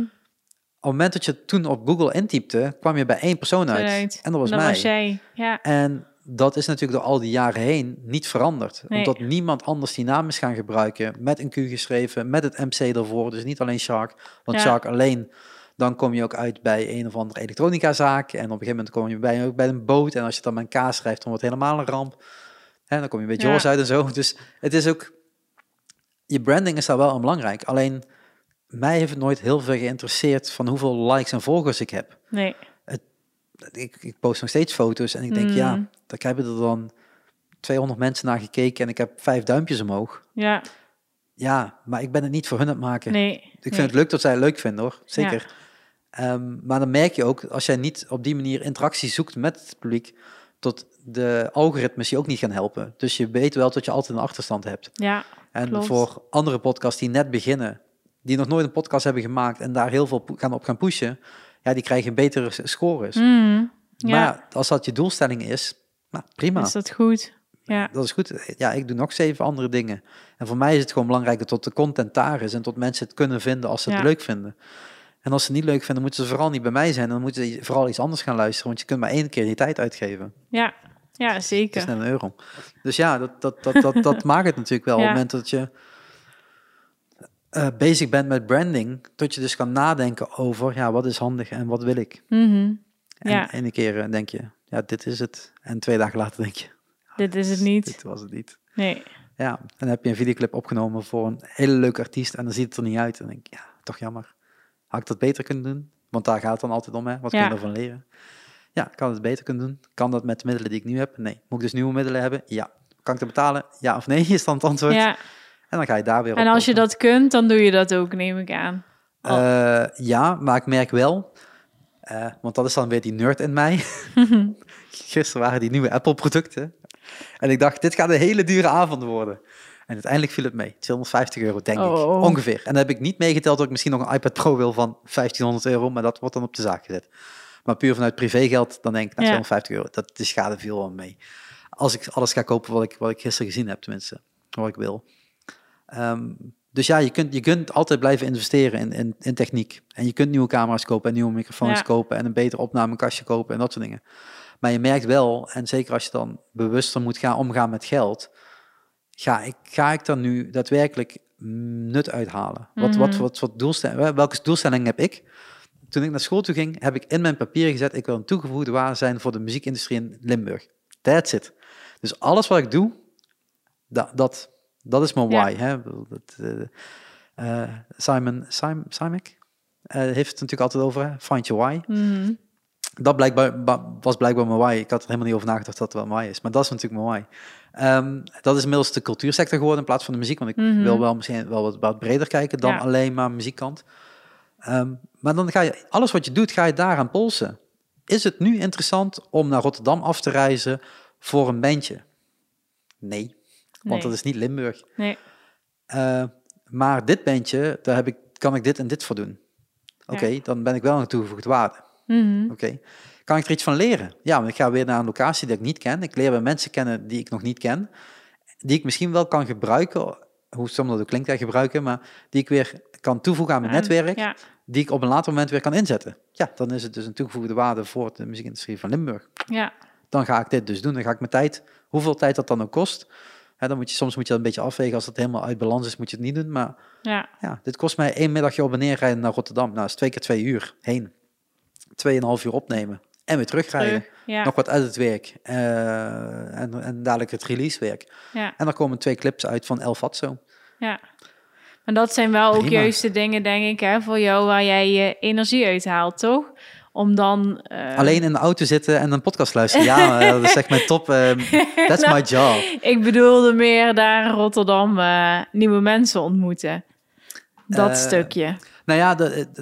Op het moment dat je toen op Google intypte, kwam je bij 1 persoon uit. En dat was mij. Was jij. Ja. En dat is natuurlijk door al die jaren heen niet veranderd. Nee. Omdat niemand anders die naam is gaan gebruiken, met een Q geschreven, met het MC ervoor. Dus niet alleen Shark. Want Shark alleen, Dan kom je ook uit bij een of andere elektronicazaak. En op een gegeven moment kom je ook bij een boot. En als je het dan met een K schrijft, dan wordt het helemaal een ramp. En dan kom je bij Jaws uit en zo. Dus het is ook... Je branding is daar wel belangrijk. Alleen, mij heeft het nooit heel veel geïnteresseerd van hoeveel likes en volgers ik heb. Nee. Ik post nog steeds foto's en ik denk, ja, daar hebben er dan 200 mensen naar gekeken en ik heb 5 duimpjes omhoog. Ja. Ja, maar ik ben het niet voor hun aan het maken. Nee. Ik vind het leuk dat zij het leuk vinden, hoor. Zeker. Ja. Maar dan merk je ook, als jij niet op die manier interactie zoekt met het publiek, tot de algoritmes je ook niet gaan helpen. Dus je weet wel dat je altijd een achterstand hebt. Ja, en klopt. Voor andere podcasts die net beginnen, die nog nooit een podcast hebben gemaakt en daar heel veel op gaan pushen, ja, die krijgen betere scores. Maar als dat je doelstelling is, nou, prima. Is dat goed? Ja. Dat is goed. Ja, ik doe nog 7 andere dingen. En voor mij is het gewoon belangrijk dat tot de content daar is en tot mensen het kunnen vinden als ze het leuk vinden. En als ze het niet leuk vinden, moeten ze vooral niet bij mij zijn. Dan moeten ze vooral iets anders gaan luisteren, want je kunt maar 1 keer die tijd uitgeven. Ja, ja, zeker. Het is net €1. Dus ja, dat maakt het natuurlijk wel. Op het moment dat je bezig bent met branding, dat je dus kan nadenken over, ja, wat is handig en wat wil ik? En een keer denk je, ja, dit is het. En 2 dagen later denk je, dit is het niet. Dit was het niet. Nee. Ja, en dan heb je een videoclip opgenomen voor een hele leuke artiest en dan ziet het er niet uit. En dan denk ik, ja, toch jammer. Had ik dat beter kunnen doen? Want daar gaat het dan altijd om, hè? Wat kun je ervan leren? Ja, kan het beter kunnen doen? Kan dat met de middelen die ik nu heb? Nee. Moet ik dus nieuwe middelen hebben? Ja. Kan ik dat betalen? Ja of nee, is dan het antwoord. Ja. En dan ga je daar weer op. En als je dat kunt, dan doe je dat ook, neem ik aan. Ja, maar ik merk wel, want dat is dan weer die nerd in mij. Gisteren waren die nieuwe Apple-producten. En ik dacht, dit gaat een hele dure avond worden. En uiteindelijk viel het mee. €250, denk ik. Ongeveer. En dan heb ik niet meegeteld dat ik misschien nog een iPad Pro wil van €1500. Maar dat wordt dan op de zaak gezet. Maar puur vanuit privégeld, dan denk ik, nou, €250. Dat de schade viel wel mee. Als ik alles ga kopen wat ik gisteren gezien heb, tenminste. Wat ik wil. Dus ja, je kunt altijd blijven investeren in techniek. En je kunt nieuwe camera's kopen en nieuwe microfoons kopen. En een beter opnamekastje kopen en dat soort dingen. Maar je merkt wel, en zeker als je dan bewuster moet gaan omgaan met geld, ga ik dan nu daadwerkelijk nut uithalen? Welke doelstelling heb ik? Toen ik naar school toe ging, heb ik in mijn papier gezet, ik wil een toegevoegde waarde zijn voor de muziekindustrie in Limburg. That's it. Dus alles wat ik doe, dat is mijn why. Hè? Simon Sinek heeft het natuurlijk altijd over, hè? Find your why. Dat was blijkbaar mijn why. Ik had er helemaal niet over nagedacht dat het wel mijn why is. Maar dat is natuurlijk mijn why. Dat is inmiddels de cultuursector geworden in plaats van de muziek. Want ik wil wel misschien wel wat breder kijken dan alleen maar muziekkant. Maar dan ga je, alles wat je doet, ga je daaraan polsen. Is het nu interessant om naar Rotterdam af te reizen voor een bandje? Nee, want dat is niet Limburg. Nee. Maar dit bandje, daar kan ik dit en dit voor doen. Oké, dan ben ik wel een toegevoegde waarde. Oké. Kan ik er iets van leren? Ja, want ik ga weer naar een locatie die ik niet ken. Ik leer weer mensen kennen die ik nog niet ken. Die ik misschien wel kan gebruiken, hoe stom dat ook klinkt, gebruiken, maar die ik weer kan toevoegen aan mijn netwerk, die ik op een later moment weer kan inzetten. Ja, dan is het dus een toegevoegde waarde voor de muziekindustrie van Limburg. Ja. Dan ga ik dit dus doen. Dan ga ik mijn tijd, hoeveel tijd dat dan ook kost. Dan soms moet je dat een beetje afwegen. Als het helemaal uit balans is, moet je het niet doen. Maar ja, dit kost mij 1 middagje op en neer rijden naar Rotterdam. Nou, dat is 2 keer 2 uur heen. 2,5 uur opnemen. En weer terugrijden. Nog wat editwerk. En dadelijk het releasewerk. Ja. En dan komen 2 clips uit van El Fatso. Ja. En dat zijn wel ook juist de dingen, denk ik, hè, voor jou waar jij je energie uithaalt, toch? Om dan... Alleen in de auto zitten en een podcast luisteren. Ja, dat is echt mijn top. That's my job. Ik bedoelde meer daar in Rotterdam nieuwe mensen ontmoeten. Dat stukje. Nou ja,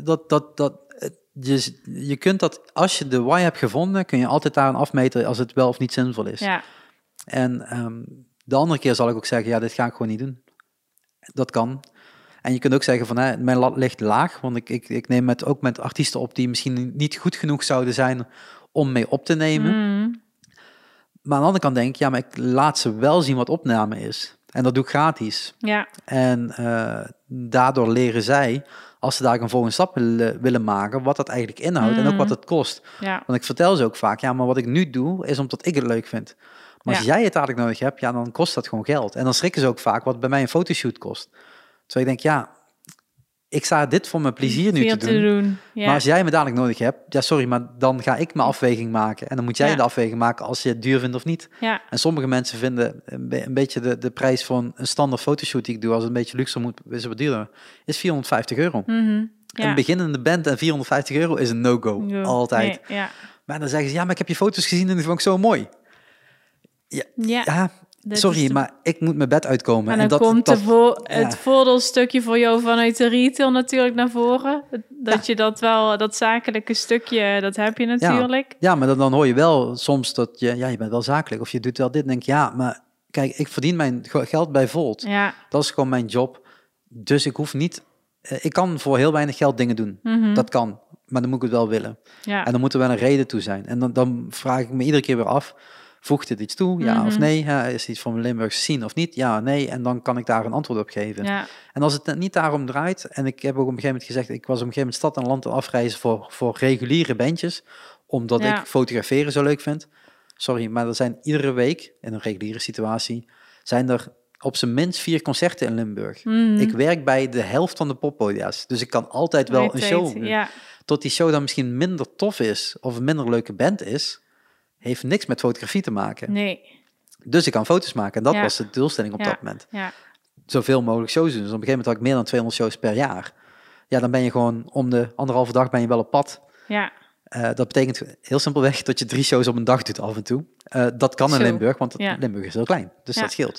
je kunt dat, als je de why hebt gevonden, kun je altijd daaraan afmeten als het wel of niet zinvol is. Ja. En de andere keer zal ik ook zeggen, ja, dit ga ik gewoon niet doen. Dat kan. En je kunt ook zeggen van, mijn lat ligt laag, want ik neem ook met artiesten op die misschien niet goed genoeg zouden zijn om mee op te nemen. Maar aan de andere kant denk ik, ja, maar ik laat ze wel zien wat opname is. En dat doe ik gratis. Ja. En daardoor leren zij, als ze daar een volgende stap willen maken, wat dat eigenlijk inhoudt en ook wat het kost. Ja. Want ik vertel ze ook vaak, ja, maar wat ik nu doe, is omdat ik het leuk vind. Maar als jij het eigenlijk nodig hebt, ja, dan kost dat gewoon geld. En dan schrikken ze ook vaak wat bij mij een fotoshoot kost. Terwijl ik denk, ja, ik sta dit voor mijn plezier nu te doen. Ja. Maar als jij me dadelijk nodig hebt, ja sorry, maar dan ga ik mijn afweging maken. En dan moet jij de afweging maken als je het duur vindt of niet. Ja. En sommige mensen vinden een beetje de prijs van een standaard fotoshoot die ik doe, als het een beetje luxe moet, is het wat duurder, is €450. Een beginnende band en €450 is een no-go. Altijd. Nee, Maar dan zeggen ze, ja, maar ik heb je foto's gezien en die vond ik zo mooi. Ja. Sorry, maar ik moet mijn bed uitkomen. En dan komt het voordelstukje voor jou vanuit de retail natuurlijk naar voren. Dat je dat wel, dat zakelijke stukje, dat heb je natuurlijk. Ja, maar dan hoor je wel soms dat je bent wel zakelijk. Of je doet wel dit. Dan denk je, ja, maar kijk, ik verdien mijn geld bij Volt. Ja. Dat is gewoon mijn job. Dus ik hoef niet... ik kan voor heel weinig geld dingen doen. Dat kan. Maar dan moet ik het wel willen. Ja. En dan moet er wel een reden toe zijn. En dan vraag ik me iedere keer weer af... Voegt dit iets toe? Ja of nee? Ja, is het iets van Limburgs zien of niet? Ja, nee. En dan kan ik daar een antwoord op geven. Ja. En als het niet daarom draait... En ik heb ook op een gegeven moment gezegd... Ik was op een gegeven moment stad en land aan afreizen voor reguliere bandjes. Omdat ik fotograferen zo leuk vind. Sorry, maar er zijn iedere week... In een reguliere situatie... Zijn er op zijn minst 4 concerten in Limburg. Ik werk bij de helft van de poppodia's. Dus ik kan altijd wel een show doen. Ja. Tot die show dan misschien minder tof is... Of een minder leuke band is... Heeft niks met fotografie te maken. Nee. Dus ik kan foto's maken. En dat was de doelstelling op dat moment. Ja. Zoveel mogelijk shows doen. Dus op een gegeven moment had ik meer dan 200 shows per jaar. Ja, dan ben je gewoon om de 1,5 dag ben je wel op pad. Ja. Dat betekent heel simpelweg dat je 3 shows op een dag doet af en toe. Dat kan in Limburg, want Limburg is heel klein. Dus dat scheelt.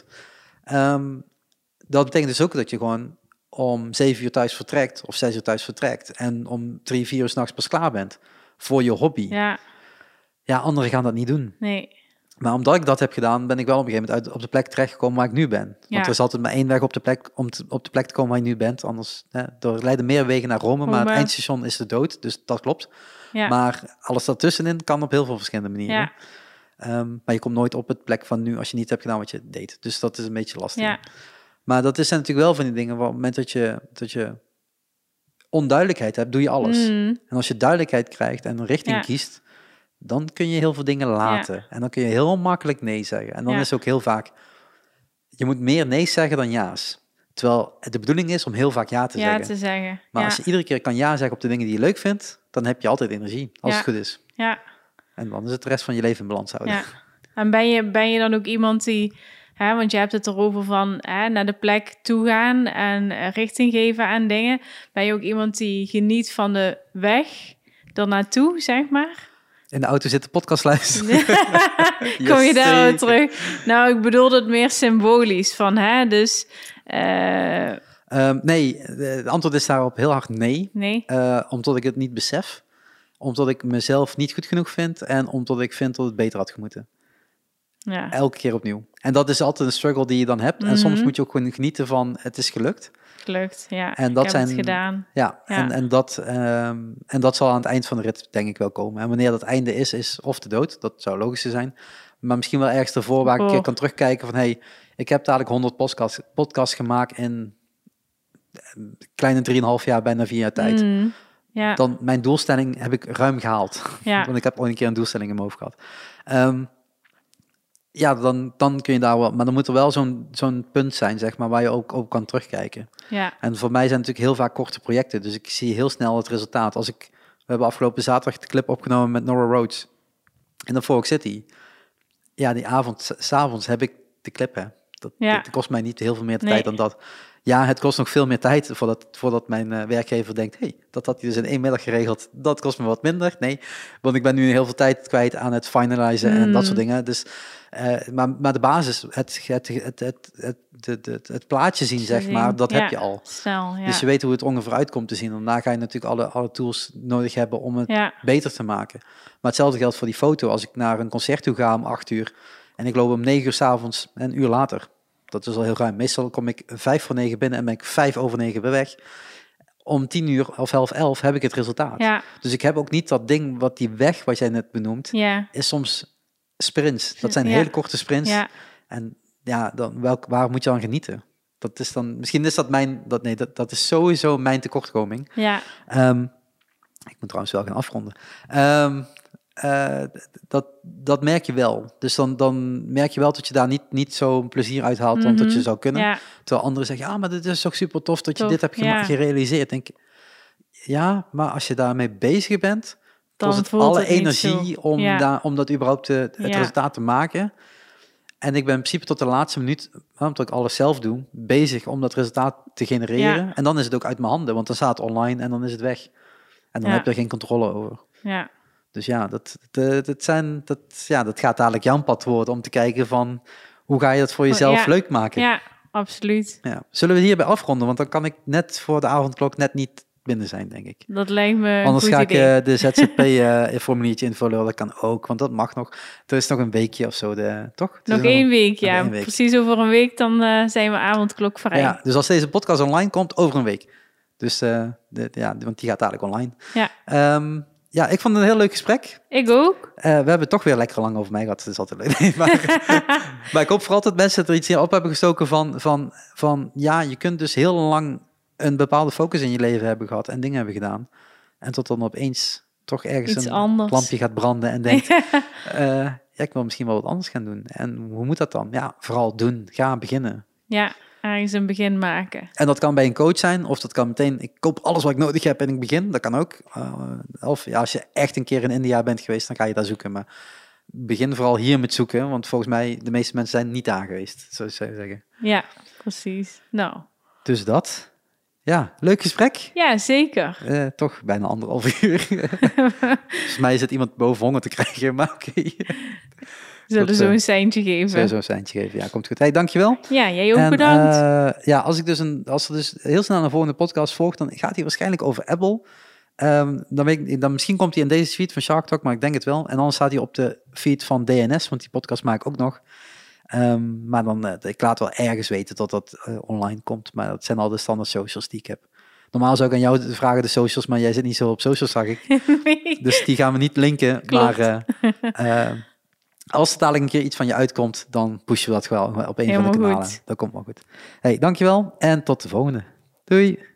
Dat betekent dus ook dat je gewoon om 7 uur thuis vertrekt of 6 uur thuis vertrekt. En om 3, 4 uur 's nachts pas klaar bent voor je hobby. Ja, anderen gaan dat niet doen. Nee. Maar omdat ik dat heb gedaan, ben ik wel op een gegeven moment op de plek terechtgekomen waar ik nu ben. Want er is altijd maar één weg op de plek om op de plek te komen waar je nu bent. Anders, er leiden meer wegen naar Rome, maar het eindstation is de dood. Dus dat klopt. Ja. Maar alles daartussenin kan op heel veel verschillende manieren. Ja. Maar je komt nooit op het plek van nu als je niet hebt gedaan wat je deed. Dus dat is een beetje lastig. Ja. Maar dat is natuurlijk wel van die dingen, op het moment dat je onduidelijkheid hebt, doe je alles. En als je duidelijkheid krijgt en een richting kiest, dan kun je heel veel dingen laten. Ja. En dan kun je heel makkelijk nee zeggen. En dan is ook heel vaak... Je moet meer nee zeggen dan ja's. Terwijl de bedoeling is om heel vaak ja te zeggen. Maar als je iedere keer kan ja zeggen op de dingen die je leuk vindt, dan heb je altijd energie, als het goed is. Ja. En dan is het de rest van je leven in balans houden. Ja. En ben je dan ook iemand die... want je hebt het erover van naar de plek toe gaan en richting geven aan dingen. Ben je ook iemand die geniet van de weg ernaartoe, zeg maar? In de auto zitten podcast luisteren. Kom je daar weer terug? Nou, ik bedoelde het meer symbolisch van, dus... Nee, het antwoord is daarop heel hard nee. Omdat ik het niet besef. Omdat ik mezelf niet goed genoeg vind. En omdat ik vind dat het beter had moeten. Ja. Elke keer opnieuw. En dat is altijd een struggle die je dan hebt. En soms moet je ook gewoon genieten van het is gelukt. Ja. En dat ik heb het gedaan. Ja. En dat zal aan het eind van de rit denk ik wel komen. En wanneer dat einde is of de dood. Dat zou logischer zijn. Maar misschien wel ergens ervoor waar ik een keer kan terugkijken van... hey, ik heb dadelijk 100 podcasts gemaakt in kleine 3,5 jaar, bijna 4 jaar tijd. Ja. Dan mijn doelstelling heb ik ruim gehaald. Ja. Want ik heb ooit een keer een doelstelling in mijn hoofd gehad. Ja, dan kun je daar wel... Maar dan moet er wel zo'n punt zijn, zeg maar, waar je ook op kan terugkijken. Ja. En voor mij zijn het natuurlijk heel vaak korte projecten. Dus ik zie heel snel het resultaat. We hebben afgelopen zaterdag de clip opgenomen met Nora Rhodes in de Fork City. Ja, die avond, 's avonds heb ik de clip, hè. Dat kost mij niet heel veel meer tijd dan dat. Ja, het kost nog veel meer tijd voordat mijn werkgever denkt... hey, dat had hij dus in 1 middag geregeld. Dat kost me wat minder. Nee, want ik ben nu heel veel tijd kwijt aan het finalizen en dat soort dingen. Dus, maar de basis, het plaatje zien, zeg maar, dat heb je al. Snel, ja. Dus je weet hoe het ongeveer uitkomt te zien. En daarna ga je natuurlijk alle tools nodig hebben om het beter te maken. Maar hetzelfde geldt voor die foto. Als ik naar een concert toe ga om 8 uur... en ik loop om 9 uur 's avonds, een uur later... Dat is al heel ruim. Meestal kom ik 8:55 binnen en ben ik 8:05 weer weg. Om 10 uur of 11:30 heb ik het resultaat. Ja. Dus ik heb ook niet dat ding wat die weg, wat jij net benoemt, is soms sprints. Dat zijn hele korte sprints. Ja. En ja, dan waar moet je dan genieten? Dat is dan, misschien is dat dat is sowieso mijn tekortkoming. Ja. Ik moet trouwens wel gaan afronden. dat merk je wel. Dus dan merk je wel dat je daar niet zo'n plezier uit haalt dan dat je zou kunnen. Ja, Terwijl anderen zeggen, ja, maar dit is toch super tof dat je Tof, dit hebt ja. gerealiseerd. Denk ik, ja, maar als je daarmee bezig bent, Dan kost het voelt alle het niet energie zo. Ja. om dat überhaupt het Ja. resultaat te maken. En ik ben in principe tot de laatste minuut, omdat ik alles zelf doe, bezig om dat resultaat te genereren. Ja. En dan is het ook uit mijn handen, want dan staat het online en dan is het weg. En dan Ja. heb je er geen controle over. Ja. Dus ja, dat gaat dadelijk jouw pad worden om te kijken van hoe ga je dat voor jezelf Ja. leuk maken. Ja, absoluut. Ja. Zullen we hierbij afronden? Want dan kan ik net voor de avondklok net niet binnen zijn, denk ik. Dat lijkt me een Anders goed ga idee. ik de ZZP-formuliertje invullen. Dat kan ook, want dat mag nog. Er is nog een weekje of zo, toch? Het is Nog 1 week, nog ja. 1 week. Precies over een week, dan zijn we avondklok vrij. Ja, dus als deze podcast online komt, over een week. Dus, want die gaat dadelijk online. Ja. Ja, ik vond het een heel leuk gesprek. Ik ook. We hebben het toch weer lekker lang over mij gehad. Dat is altijd leuk. Nee, maar ik hoop vooral dat mensen er iets in op hebben gestoken van ja, je kunt dus heel lang een bepaalde focus in je leven hebben gehad en dingen hebben gedaan. En tot dan opeens toch ergens Iets een anders. lampje gaat branden en denkt, ja, ik wil misschien wel wat anders gaan doen. En hoe moet dat dan? Ja, vooral doen. Ga beginnen. Ja, ergens een begin maken. En dat kan bij een coach zijn, of dat kan meteen, ik koop alles wat ik nodig heb en ik begin. Dat kan ook. Of ja, als je echt een keer in India bent geweest, dan ga je daar zoeken. Maar begin vooral hier met zoeken, want volgens mij, de meeste mensen zijn niet daar geweest, zo zou je zeggen. Ja, precies. Nou. Dus dat. Ja, leuk gesprek. Ja, zeker. Toch bijna 1,5 uur. Volgens mij zit iemand boven honger te krijgen, maar oké. We zullen zo een seintje geven. Zou zo een seintje geven, ja, komt goed. Hey, dankjewel. Ja, jij ook En, bedankt. ja, als er dus heel snel een volgende podcast volgt, dan gaat hij waarschijnlijk over Apple. Dan misschien komt hij in deze feed van Shark Talk, maar ik denk het wel. En anders staat hij op de feed van DNS, want die podcast maak ik ook nog. Maar dan, ik laat wel ergens weten dat dat online komt. Maar dat zijn al de standaard socials die ik heb. Normaal zou ik aan jou vragen de socials, maar jij zit niet zo op socials, zag ik. Nee. Dus die gaan we niet linken. Klopt. Maar als er dadelijk een keer iets van je uitkomt, dan pushen we dat gewoon op een van de Helemaal kanalen. goed. Dat komt wel goed. Hey, dankjewel en tot de volgende. Doei!